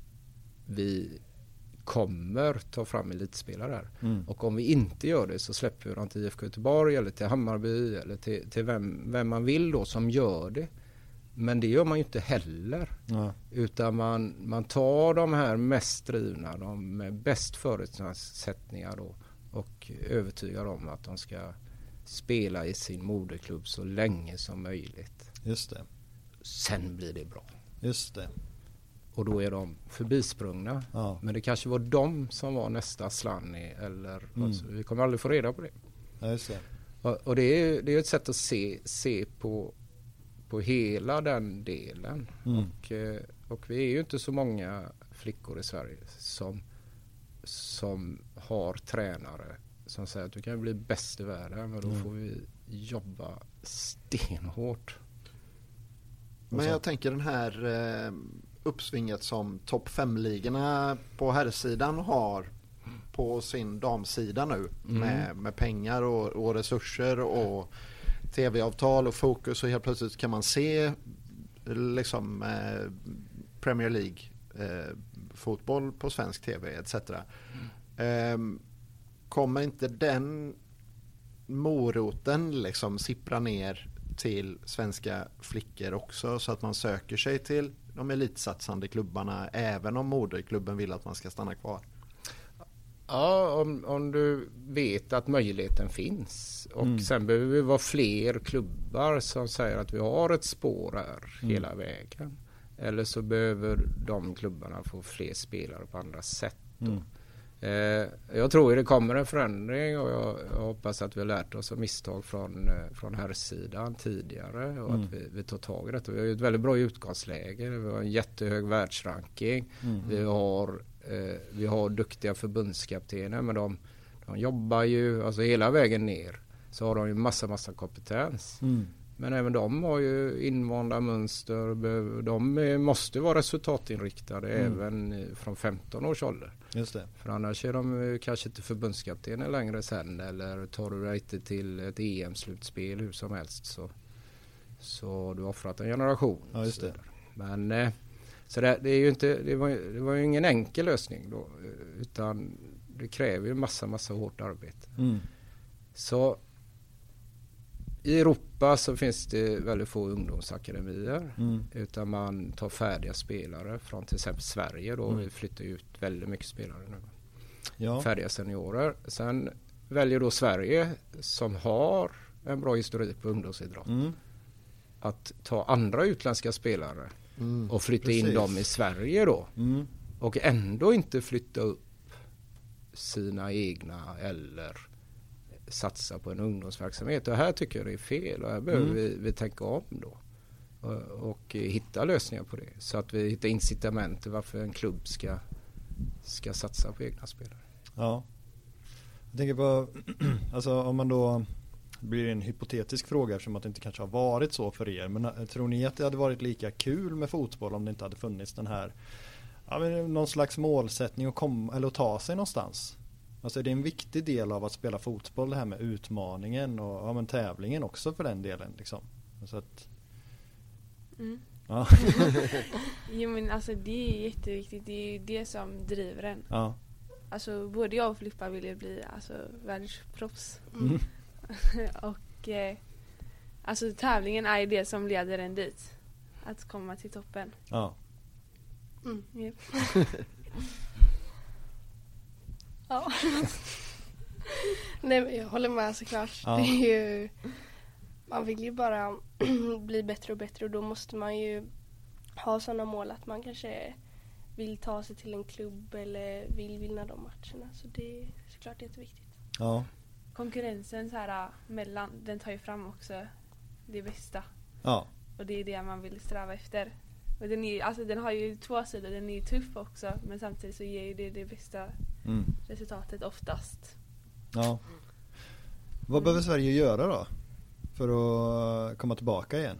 vi kommer ta fram elitspelare här. Mm. Och om vi inte gör det så släpper vi dem till I F K Göteborg eller till Hammarby eller till, till vem, vem man vill då som gör det. Men det gör man ju inte heller. Ja. Utan man, man tar de här mest drivna, de med bäst förutsättningar då, och övertygar om att de ska spela i sin moderklubb så länge som möjligt. Just det. Sen blir det bra. Just det. Och då är de förbisprungna. Ja. Men det kanske var de som var nästa Slanny. Eller, mm. alltså, vi kommer aldrig få reda på det. Ja, just det. Och, och det är det är ett sätt att se, se på, på hela den delen. Mm. Och, och vi är ju inte så många flickor i Sverige som, som har tränare som säger att du kan bli bäst i världen. Men då mm. får vi jobba stenhårt. Men jag tänker den här... Eh, uppsvinget som topp fem-ligorna på herrsidan har på sin damsida nu mm. med, med pengar och, och resurser och tv-avtal och fokus, och helt plötsligt kan man se liksom eh, Premier League eh, fotboll på svensk tv et cetera. Mm. Eh, kommer inte den moroten liksom sippra ner till svenska flickor också, så att man söker sig till de elitsatsande klubbarna även om moderklubben vill att man ska stanna kvar? Ja, om, om du vet att möjligheten finns. Och mm. sen behöver vi vara fler klubbar som säger att vi har ett spår här mm. hela vägen. Eller så behöver de klubbarna få fler spelare på andra sätt. Mm. Eh, jag tror att det kommer en förändring, och jag, jag hoppas att vi har lärt oss av misstag från, från herrsidan tidigare, och mm. att vi, vi tar tag i det. Vi har ju ett väldigt bra utgångsläge. Vi har en jättehög världsranking. Mm. Vi har eh, vi har duktiga förbundskaptener, men de, de jobbar ju alltså hela vägen ner. Så har de ju massa massa kompetens. Mm. Men även de har ju invanda mönster. De måste vara resultatinriktade mm. även från femton års ålder. Just det. För annars är de kanske inte förbundskaptener längre sen. Eller tar du dig inte till ett E M-slutspel hur som helst, så, så du har offrat en generation. Ja, just det. Men så det, det är ju inte, det var, det var ju ingen enkel lösning då. Utan det kräver ju massa, massa hårt arbete. Mm. Så i Europa så finns det väldigt få ungdomsakademier. Mm. Utan man tar färdiga spelare från till exempel Sverige. Då Mm. vi flyttar ut väldigt mycket spelare nu. Ja. Färdiga seniorer. Sen väljer då Sverige, som har en bra historik på ungdomsidrott, Mm. att ta andra utländska spelare Mm. och flytta Precis. in dem i Sverige då. Mm. Och ändå inte flytta upp sina egna eller satsa på en ungdomsverksamhet. Och här tycker jag det är fel och här behöver Mm. vi, vi tänka om då. Och, och hitta lösningar på det. Så att vi hittar incitament till varför en klubb ska, ska satsa på egna spelare. Ja. Jag tänker på, alltså om man då blir en hypotetisk fråga eftersom att det inte kanske har varit så för er. Men tror ni att det hade varit lika kul med fotboll om det inte hade funnits den här, ja, men någon slags målsättning att komma eller att ta sig någonstans? Alltså det är en viktig del av att spela fotboll, det här med utmaningen och ja, men tävlingen också för den delen liksom. Så att, Mm. ja. Jo men alltså det är jätteviktigt. Det är ju det som driver en. Ja. Alltså både jag och Filippa vill ju bli alltså, världsproffs. Mm. och eh, alltså tävlingen är ju det som leder en dit. Att komma till toppen. Ja. Mm. Yep. Ja. Nej, men jag håller med såklart. Ja. Det är ju, man vill ju bara bli bättre och bättre och då måste man ju ha sådana mål att man kanske vill ta sig till en klubb eller vill vinna de matcherna. Så det är såklart jätteviktigt. Ja. Konkurrensen så här mellan, den tar ju fram också det bästa. Ja. Och det är det man vill sträva efter. Och den, är, alltså, den har ju två sidor, den är ju tuff också. Men samtidigt så ger ju det det bästa Mm. resultatet oftast. Ja. Vad behöver Sverige göra då för att komma tillbaka igen?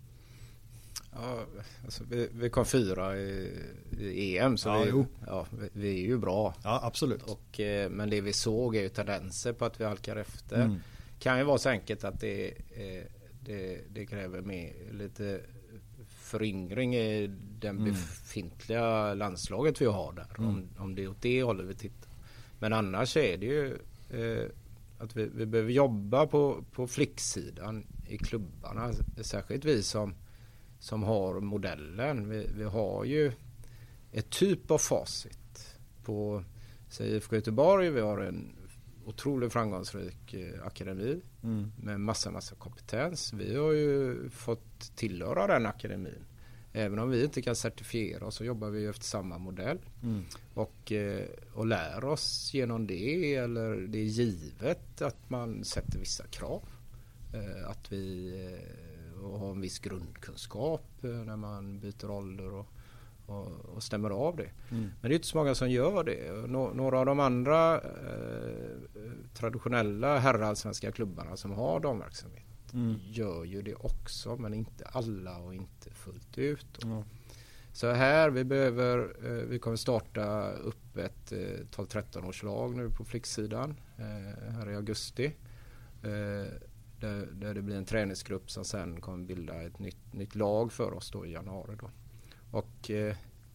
Ja, alltså vi, vi kom fyra i, i E M så Ja, vi, jo. ja, vi, vi är ju bra. Ja, absolut. Och, eh, men det vi såg är ju tendenser på att vi halkar efter. Mm. Kan ju vara så enkelt att det, eh, det, det kräver med lite föryngring i den Mm. befintliga landslaget vi har där. Mm. Om, om det är åt det hållet vi tittar. Men annars är det ju eh, att vi, vi behöver jobba på, på flicksidan i klubbarna. Särskilt vi som, som har modellen. Vi, vi har ju ett typ av facit på I F K Göteborg. Vi har en otroligt framgångsrik eh, akademi Mm. med massa massa kompetens. Vi har ju fått tillhöra den akademin. Även om vi inte kan certifiera så jobbar vi efter samma modell. Mm. Och, eh, och lär oss genom det, eller det är givet att man sätter vissa krav. Eh, att vi eh, har en viss grundkunskap eh, när man byter ålder och, och, och stämmer av det. Mm. Men det är inte så många som gör det. Nå- några av de andra eh, traditionella herrallsvenska klubbarna som har damverksamhet Mm. gör ju det också, men inte alla och inte fullt ut. Ja. Så här, vi behöver, eh, vi kommer starta upp ett eh, tolv tretton års lag nu på flicksidan eh, här i augusti. Eh, där, där det blir en träningsgrupp som sen kommer bilda ett nytt, nytt lag för oss då i januari då. Och eh,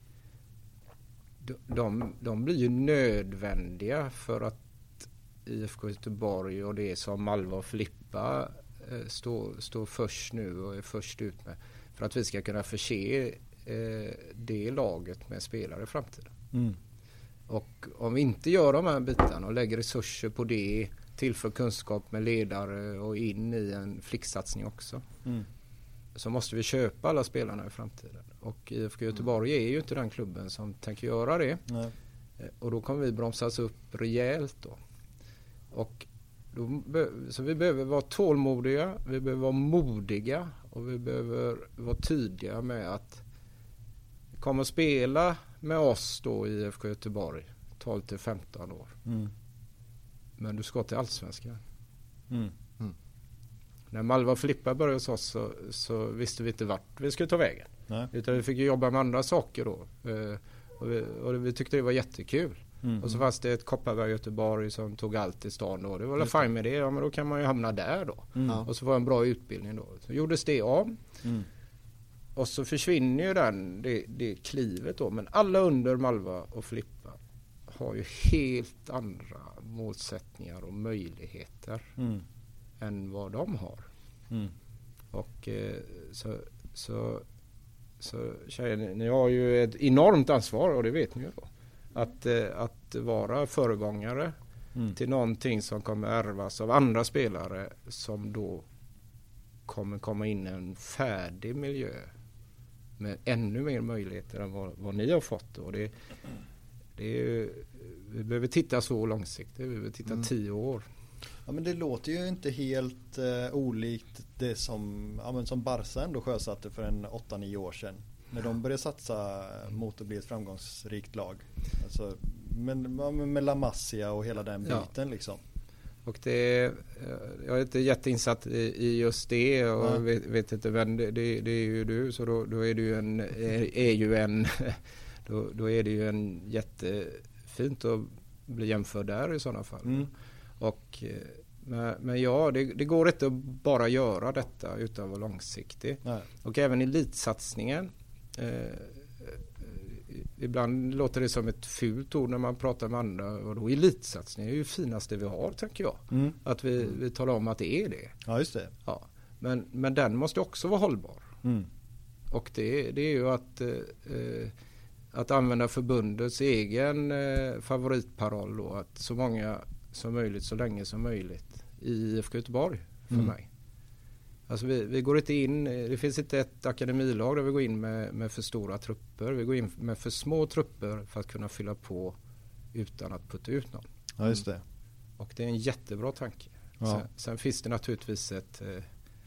de, de, de blir ju nödvändiga för att I F K Göteborg och det som Malva och Filippa eh, står, står först nu och är först ut med, för att vi ska kunna förse eh, det laget med spelare i framtiden. Mm. Och om vi inte gör de här bitarna och lägger resurser på det, tillför kunskap med ledare och in i en flicksatsning också, Mm. så måste vi köpa alla spelarna i framtiden. Och I F K Göteborg är ju inte den klubben som tänker göra det. Nej. Eh, Och då kommer vi bromsas upp rejält då. Och då be- så vi behöver vara tålmodiga, vi behöver vara modiga och vi behöver vara tydliga med att komma och spela med oss då i I F K Göteborg tolv till femton år. Mm. Men du ska till Allsvenskan. Mm. När Malva och Filippa började hos oss så, så visste vi inte vart vi skulle ta vägen. Nej. Utan vi fick ju jobba med andra saker då. Eh, och, vi, och vi tyckte det var jättekul. Mm. Och så fanns det ett Kopparberg Göteborg som tog allt i stan då. Det var väl Just fine med det. Ja, men då kan man ju hamna där då. Mm. Ja. Och så var en bra utbildning då. Så gjordes det om. Mm. Och så försvinner ju den, det, det klivet då. Men alla under Malva och Filippa har ju helt andra målsättningar och möjligheter mm. än vad de har. Mm. Och eh, så, så, så tjejer, ni har ju ett enormt ansvar, och det vet ni ju då. Att, eh, att vara föregångare mm. till någonting som kommer ärvas av andra spelare som då kommer komma in i en färdig miljö med ännu mer möjligheter än vad, vad ni har fått. Och det, det är ju, vi behöver titta så långsiktigt, vi behöver titta mm. tio år. Ja, men det låter ju inte helt eh, olikt det som, ja, men som Barca ändå sjösatte för en åtta nio år sedan. När de började satsa mot att bli ett framgångsrikt lag. Alltså, med, med La Masia och hela den biten ja. liksom. Och det, jag är inte jätteinsatt i, i just det och ja. vet, vet inte, men det, det, det är ju du, så då, då är det ju en, är, är ju en då, då är det ju en jättefint att bli jämförd där i sådana fall. Mm. Och, men, men ja, det, det går inte att bara göra detta utan att vara långsiktig. Nej. Och även elitsatsningen. Eh, ibland låter det som ett fult ord när man pratar med andra. Och då elitsatsning är ju finaste vi har, tänker jag. Mm. Att vi, vi talar om att det är det. Ja, just det. Ja. Men, men den måste också vara hållbar. Mm. Och det, det är ju att... Eh, att använda förbundets egen eh, favoritparoll då, att så många som möjligt, så länge som möjligt i I F K Göteborg för mm. mig. Alltså vi, vi går inte in, det finns inte ett akademilag där vi går in med, med för stora trupper. Vi går in med för små trupper för att kunna fylla på utan att putta ut någon. Ja, just det. Och det är en jättebra tanke. Ja. Sen, sen finns det naturligtvis ett... Eh,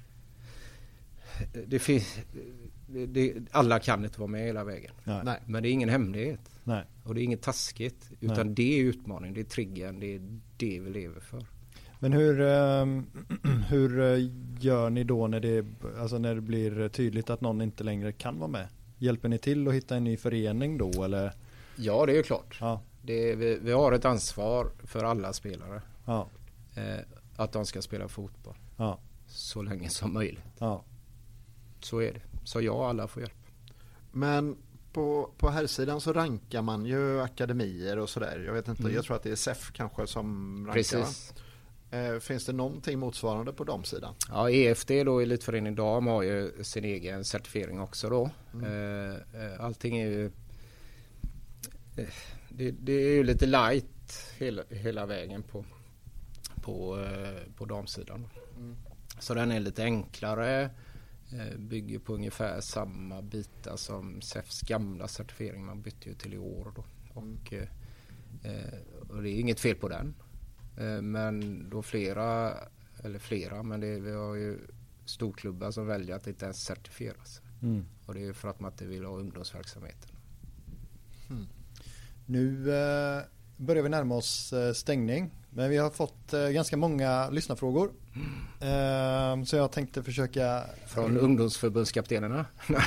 det finns... Det, alla kan inte vara med hela vägen. Nej. Men det är ingen hemlighet. Nej. Och det är inget taskigt. Utan Nej. Det är utmaning, det är triggern, det är det vi lever för. Men hur, hur gör ni då när det, alltså när det blir tydligt att någon inte längre kan vara med? Hjälper ni till att hitta en ny förening då? Eller? Ja, det är klart. Ja. Det är, vi, vi har ett ansvar för alla spelare. Ja. Eh, att de ska spela fotboll. Ja. Så länge som möjligt. Ja. Så är det. Så ja, alla får hjälp. Men på, på här sidan så rankar man ju akademier och sådär. Jag vet inte, mm. jag tror att det är S E F kanske som rankar. Precis. Eh, finns det någonting motsvarande på de sidan? Ja, E F D då, Elitförening Dam, har ju sin egen certifiering också då. Mm. Eh, allting är ju eh, det, det är ju lite light hela, hela vägen på på, eh, på damsidan. Mm. Så den är lite enklare. Bygger på ungefär samma bitar som S E Fs gamla certifiering. Man bytte ju till i år då. Och, mm. eh, och det är inget fel på den. Eh, men då flera, eller flera, men det, vi har ju storklubbar som väljer att inte ens certifiera sig. Mm. Och det är för att man inte vill ha ungdomsverksamheten. Mm. Nu eh, börjar vi närma oss eh, stängning. Men vi har fått eh, ganska många lyssnarfrågor. Mm. Eh, så jag tänkte försöka... Från ungdomsförbundskaptenerna?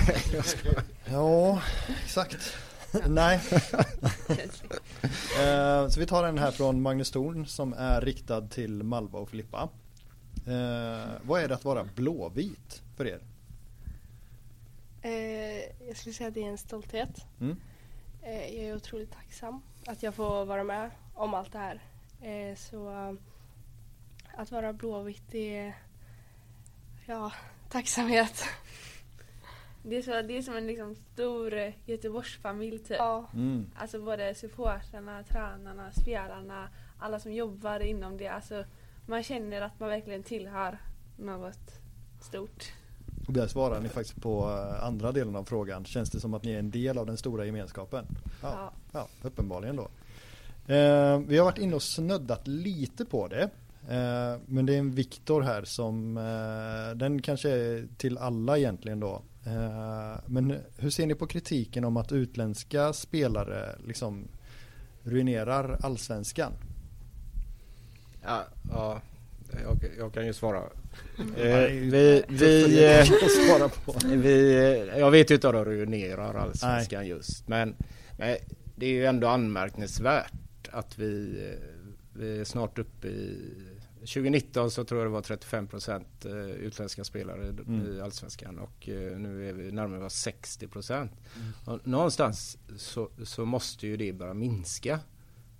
Ja, exakt. Nej. eh, så vi tar den här från Magnus Thorn som är riktad till Malva och Filippa. Eh, vad är det att vara blåvit för er? Eh, jag skulle säga att det är en stolthet. Mm. Eh, jag är otroligt tacksam att jag får vara med om allt det här. Eh, så uh, att vara blåvitt är ja, tacksamhet. Det är, så, det är som en liksom stor Göteborgsfamilj typ. Ja. Mm. Alltså både supportrarna, tränarna, spelarna, alla som jobbar inom det. Alltså, man känner att man verkligen tillhör något stort. Och där svarar ni faktiskt på andra delen av frågan. Känns det som att ni är en del av den stora gemenskapen? Ja, ja. ja uppenbarligen då. Eh, vi har varit inne och snuddat lite på det. Eh, men det är en Viktor här som eh, den kanske är till alla egentligen då. Eh, men hur ser ni på kritiken om att utländska spelare liksom ruinerar allsvenskan? Ja, ja jag, jag kan ju svara. Eh, vi, vi, eh, svara på. vi, jag vet ju inte om de ruinerar allsvenskan Nej. just. Men, men det är ju ändå anmärkningsvärt att vi, vi är snart uppe i tjugonitton så tror jag det var trettiofem procent utländska spelare mm. i allsvenskan och nu är vi närmare sextio procent. Mm. Och någonstans så, så måste ju det bara minska.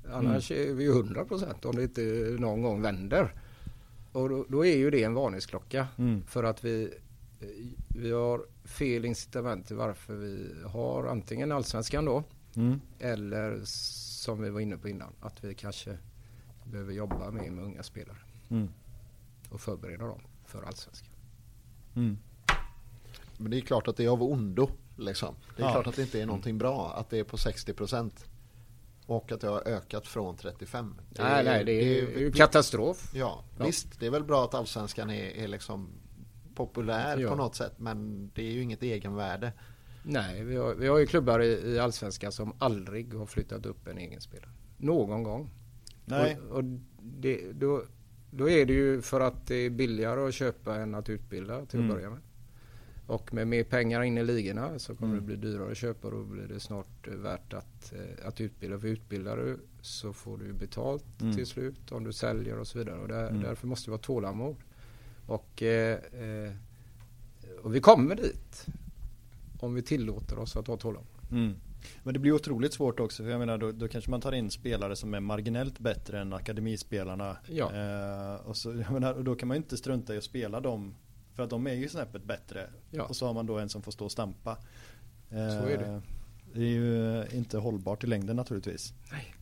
Annars mm. är vi ju hundra procent om det inte någon gång vänder. Och då, då är ju det en varningsklocka. Mm. För att vi, vi har fel incitament till varför vi har antingen allsvenskan då. Mm. Eller som vi var inne på innan. Att vi kanske behöver jobba mer med unga spelare. Mm. Och förbereda dem för allsvenskan. Mm. Men det är klart att det är av ondo. Liksom. Det är ja. klart att det inte är någonting bra. Att det är på sextio procent. Och att det har ökat från trettiofem. Det nej, är, nej, det är, det är, det är ju katastrof. Ja, ja, visst. Det är väl bra att allsvenskan är, är liksom populär ja. på något sätt. Men det är ju inget egenvärde. Nej, vi har, vi har ju klubbar i, i allsvenskan som aldrig har flyttat upp en egen spelare. Någon gång. Nej. Och, och det, då, då är det ju för att det är billigare att köpa än att utbilda till att mm. börja med. Och med mer pengar in i ligorna så kommer mm. det bli dyrare att köpa och då blir det snart värt att, att utbilda. För utbildar du så får du betalt mm. till slut om du säljer och så vidare. Och där, mm. därför måste det vara tålamod. Och, eh, och vi kommer dit om vi tillåter oss att ha tålamod. Mm. Men det blir otroligt svårt också. För jag menar, då, då kanske man tar in spelare som är marginellt bättre än akademispelarna. Ja. Eh, och, så, jag menar, och då kan man ju inte strunta i att spela dem. För att de är ju snäppet bättre. Ja. Och så har man då en som får stå och stampa. Så är det. Det är ju inte hållbart i längden naturligtvis. Nej.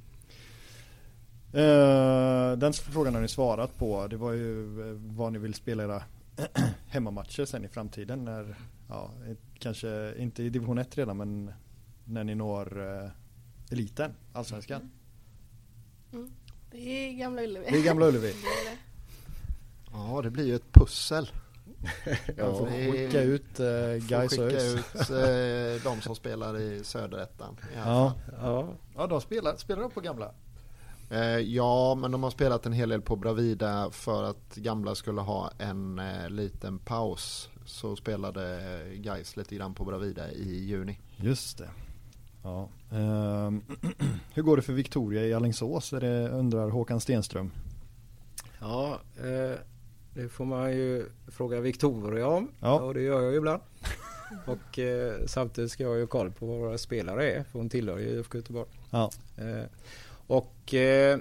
Den frågan har ni svarat på. Det var ju vad ni vill spela era hemmamatcher sen i framtiden. När, ja, kanske inte i division ett redan, men när ni når eliten, allsvenskan. Mm. Det är Gamla Ullevi. Det är Gamla Ullevi. Ja, det blir ju ett pussel. Jag får skicka ut uh, guys och skicka ut uh, de som spelar i Söderettan. Ja, ja. ja, de spelar, spelar de på Gamla? Uh, ja, men de har spelat en hel del på Bravida för att Gamla skulle ha en uh, liten paus. Så spelade guys lite grann på Bravida i juni. Just det. Ja. Uh, hur går det för Victoria i Alingsås? Är det, undrar Håkan Stenström. Ja, uh... det får man ju fråga Victoria om. Ja. Och det gör jag ju ibland. Och eh, samtidigt ska jag ju koll på vad våra spelare är. För hon tillhör ju I F K Göteborg. Ja. Eh, och eh,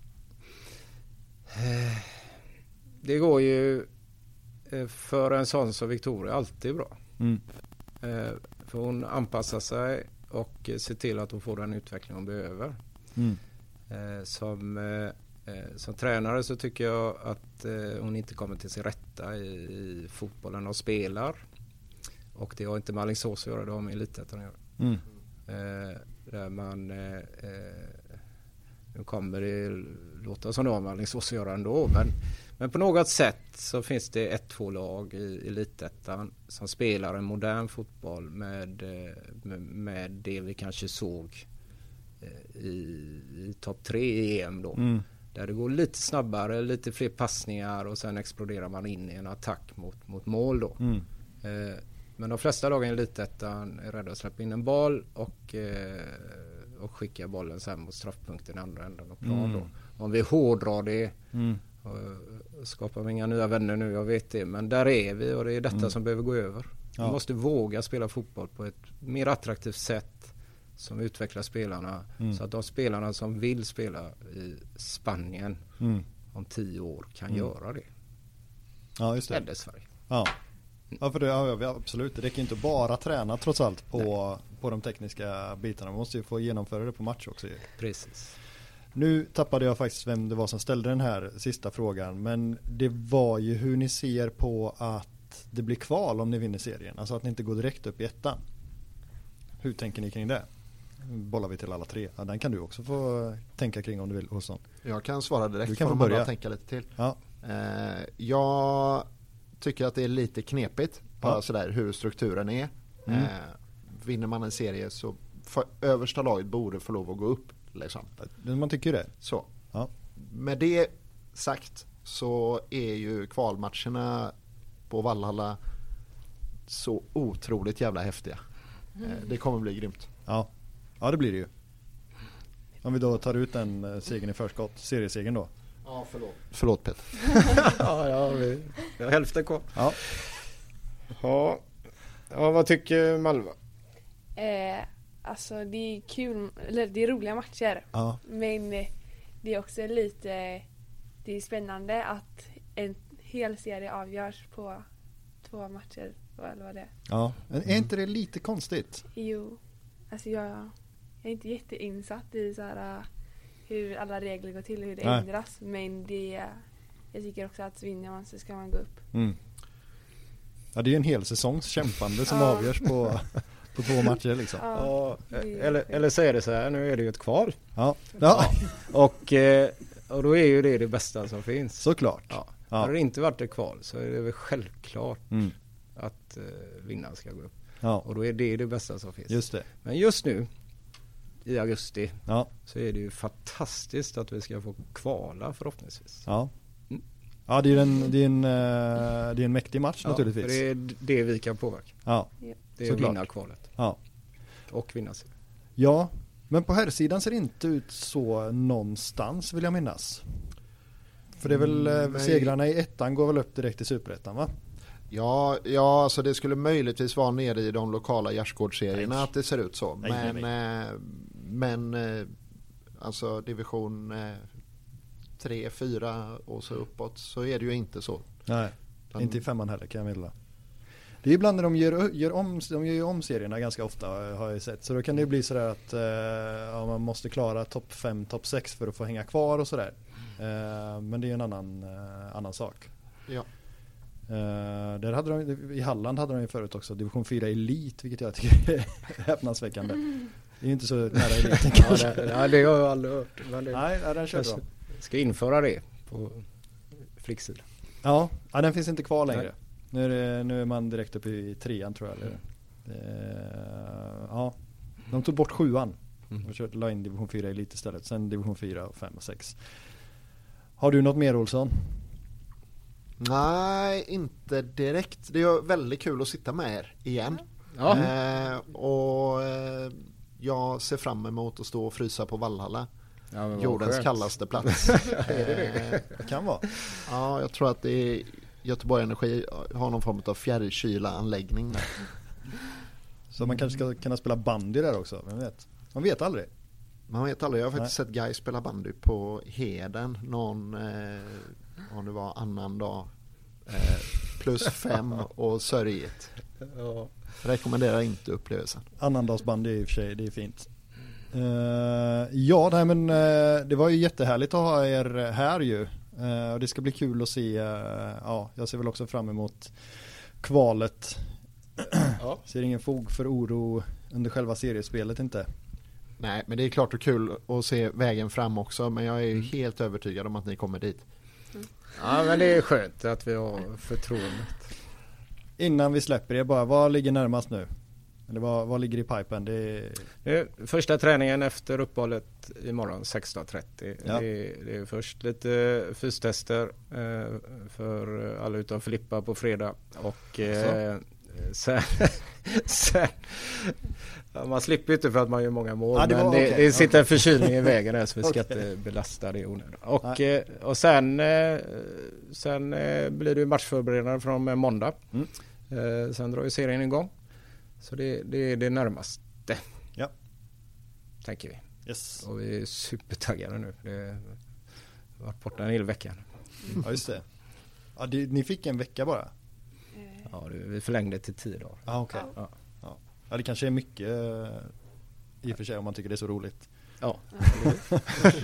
det går ju eh, för en sån som Victoria alltid bra. Mm. Eh, för hon anpassar sig och eh, ser till att hon får den utveckling hon behöver. Mm. Eh, som... Eh, Som tränare så tycker jag att eh, hon inte kommer till sin rätta i, i fotbollen och spelar. Och det har inte med Alingsås att göra, det har med elitettan att göra. Mm. Eh, där man eh, nu kommer det låta som det har med Alingsås att göra ändå. Men, men på något sätt så finns det ett, två lag i elitettan som spelar en modern fotboll med, med, med det vi kanske såg eh, i, i topp tre i E M då. Mm. Där det går lite snabbare, lite fler passningar och sen exploderar man in i en attack mot, mot mål då. Mm. Eh, men de flesta lagen i elitettan är rädda att släppa in en boll och, eh, och skicka bollen sen mot straffpunkten i andra änden av plan mm. då. Om vi hårdrar det mm. och skapar vi inga nya vänner nu, jag vet det. Men där är vi och det är detta mm. som behöver gå över. Ja. Vi måste våga spela fotboll på ett mer attraktivt sätt som utvecklar spelarna mm. så att de spelarna som vill spela i Spanien mm. om tio år kan mm. göra det. Ja, just det. Eller Sverige. Ja. Ja, för det, ja, absolut. Det räcker inte bara träna trots allt på, på de tekniska bitarna. Man måste ju få genomföra det på match också. Precis. Nu tappade jag faktiskt vem det var som ställde den här sista frågan. Men det var ju hur ni ser på att det blir kval om ni vinner serien. Alltså att ni inte går direkt upp i ettan. Hur tänker ni kring det? Bollar vi till alla tre. Ja, den kan du också få tänka kring om du vill, Olsson. Jag kan svara direkt. Du kan få börja. Tänka lite till. Ja. Eh, jag tycker att det är lite knepigt bara ja. sådär hur strukturen är. Mm. Eh, vinner man en serie så för, översta laget borde få lov att gå upp. Liksom. Man tycker det. Så. Ja. Med det sagt så är ju kvalmatcherna på Valhalla så otroligt jävla häftiga. Mm. Eh, det kommer bli grymt. Ja. Ja, det blir det ju. Om vi då tar ut den uh, segern i förskott, seriesegern då. Ja, förlåt. Förlåt Peter. ja, ja, vi har hälften kvar. Ja. Ja. Ja, vad tycker Malva? Eh, alltså det är kul, eller det är roliga matcher. Ja. Men det är också lite, det är spännande att en hel serie avgörs på två matcher, eller vad det är. Ja, men är inte det lite konstigt? Jo, alltså jag, jag är inte jätteinsatt i så här, hur alla regler går till och hur det Nej. ändras, men det, jag tycker också att vinner man så ska man gå upp. Mm. Ja, det är ju en hel säsongs kämpande som Ja. avgörs på, på två matcher liksom. Ja, Ja, det är- eller, eller så är det så här, nu är det ju ett kval. Ja, ja. Och, eh, och då är ju det det bästa som finns. såklart. Ja. Ja. Hade det inte varit ett kval så är det väl självklart Mm. att eh, vinnaren ska gå upp. Ja, Och då är det det bästa som finns. just det. Men just nu i augusti Ja, så är det ju fantastiskt att vi ska få kvala förhoppningsvis. ja. Mm. Ja, det är en, det är en, eh, det är en mäktig match Ja, naturligtvis. för det är det vi kan påverka. Ja, Det är Såklart. att vinna kvalet ja. och vinna sig. Ja, men på här sidan ser det inte ut så någonstans vill jag minnas. För det är väl, eh, Mm, nej. segrarna i ettan går väl upp direkt till superettan, va? Ja, ja alltså det skulle möjligtvis vara nere i de lokala gärdsgårdsserierna Nej. att det ser ut så. Nej, men nej, eh, men eh, alltså division eh, tre, fyra och så uppåt så är det ju inte så. Nej, Utan- inte i femman heller kan jag meddela. Det är ibland när de gör, gör om, de gör ju om serierna ganska ofta har jag sett. Så då kan det bli sådär att eh, ja, man måste klara topp fem, topp sex för att få hänga kvar och sådär. Eh, men det är en annan, eh, annan sak. Ja. Eh, där hade de, I Halland hade de ju förut också division fyra elit, vilket jag tycker är häpnadsväckande. Det är ju inte så nära eliten Ja, kanske. det, ja, det har jag aldrig hört. Men det, Nej, ja, den körde jag de. ska införa det på flicksidan. Ja, ja, den finns inte kvar längre. Nej. Nu är, det, nu är man direkt uppe i trean tror jag. Eller? Eh, ja, de tog bort sjuan Mm. och körde la in division fyra elit istället. Sen division fyra, fem och sex. Har du något mer, Olsson? Nej, inte direkt. Det är väldigt kul att sitta med er igen. Ja. Eh, och eh, jag ser fram emot att stå och frysa på Vallhalla. Ja, men vad Jordens skönt. kallaste plats. eh, Det kan vara. ja, jag tror att det är Göteborg Energi har någon form av fjärrkyla-anläggning där. Så man kanske ska kunna spela bandy där också, vem vet? Man vet aldrig. Man vet aldrig, jag har faktiskt sett Guy spela bandy på Heden någon, eh, om det var annan dag, eh, plus fem och sörjigt. Ja. Rekommenderar inte upplevelsen. Annandagsbandy i och för sig, det är fint. Uh, ja, nej, men uh, det var ju jättehärligt att ha er här ju. Uh, och det ska bli kul att se, uh, ja, jag ser väl också fram emot kvalet. Ja. Ser ingen fog för oro under själva seriespelet inte. Nej, men det är klart och kul att se vägen fram också, men jag är ju helt övertygad om att ni kommer dit. Ja, men det är skönt att vi har förtroendet. Innan vi släpper det bara, vad ligger närmast nu? Eller vad, vad ligger i pipen? Det är... Nu, första träningen efter uppehållet imorgon sexton trettio. Ja. Det, är, det är först lite fystester eh, för alla utom Filippa på fredag. Och eh, sen, sen ja, man slipper inte för att man gör många mål. Ja, det men var- det, okej, det sitter okej. en förkylning i vägen här så vi ska Okej. inte belasta det i onödan. Och, Nej. eh, och sen, eh, sen eh, blir det matchförberedande från eh, måndag. Mm. Eh, sen drar ju serien igång. Så det, det är det närmaste. Ja. Tänker vi. Yes. Och vi är supertaggade nu. Det har varit borta en hel vecka. Ja, just det. Ja, det, ni fick en vecka bara? Eh, Ja, det, vi förlängde till tio dagar. Ah, okej. Ja. Ja. Ja, det kanske är mycket eh, i och för sig om man tycker det är så roligt. Ja, faktiskt.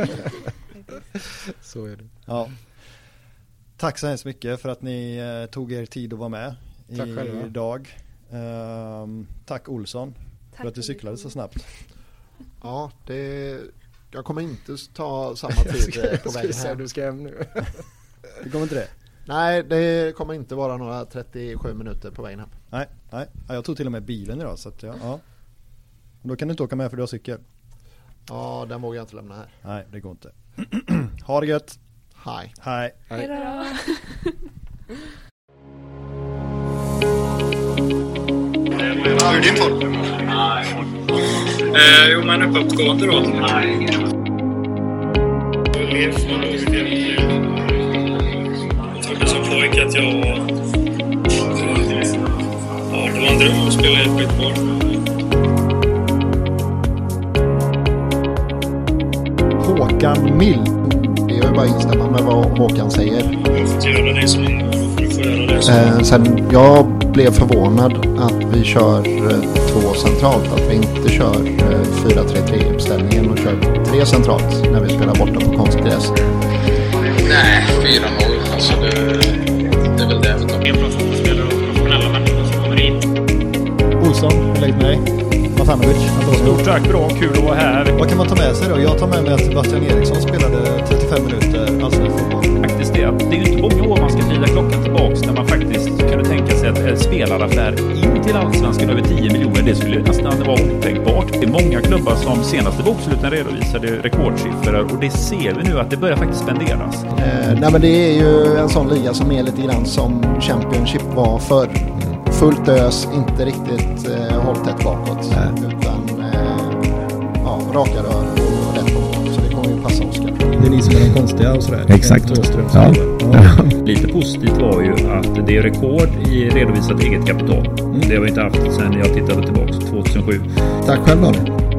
så är det. Ja. Tack så hemskt mycket för att ni eh, tog er tid att vara med Tack själva. idag. Ehm, tack Olsson Tack för att du för cyklade att så ni snabbt. Ja, det, jag kommer inte ta samma tid eh, på vägen säga hem. du ska hem nu. Det kommer inte det? Nej, det kommer inte vara några trettiosju minuter på vägen hem. Nej, nej. Ja, jag tog till och med bilen idag så att ja, ja. Då kan du inte åka med för du har cykel. Ja, den vågar jag inte lämna här. Nej, det går inte. Ha det gött. Hej. Hej. Hej då! Hur är din form? Eh, jo, men uppåtgående då. Jag trodde som pojke att jag var... Ja, det var en dröm att spela i ett skitboll. Håkan Mild. bara instämma med vad Håkan säger. Jag får göra det som du får göra det som. Eh, sen jag blev förvånad att vi kör eh, två centralt. Att vi inte kör eh, fyra tre tre uppställningen och kör tre centralt när vi spelar borta på konstgräs. Nej, fyra noll. Alltså det, det är väl det. En professionell och professionella människor som kommer in. Olsson, lägg mig. Matanovic, Stort tack, bra, kul att vara här. Vad kan man ta med sig då? Jag tar med mig att Sebastian Eriksson spelade trettiofem minuter allsvensk fotboll. Faktiskt det. Det är ju inte många år man ska vrida klockan tillbaks när man faktiskt kunde tänka sig att en spelaraffär in till allsvenskan över tio miljoner, det skulle nästan vara otänkbart. Det är många klubbar som senaste boksluten redovisade rekordsiffror och det ser vi nu att det börjar faktiskt spenderas. Eh, nej men det är ju en sån liga som är lite grann som Championship var förr. Fullt ös, inte riktigt eh, hållt tätt bakåt. Nej. Utan eh, ja, raka rör och rätt på mål. Så det kommer ju passa Oskar. Det är ni som är de konstiga och sådär. Exakt. Ja. Ja. Lite positivt var ju att det är rekord i redovisat eget kapital. Mm. Det har vi inte haft sedan jag tittade tillbaka tjugohundrasju. Tack själv då.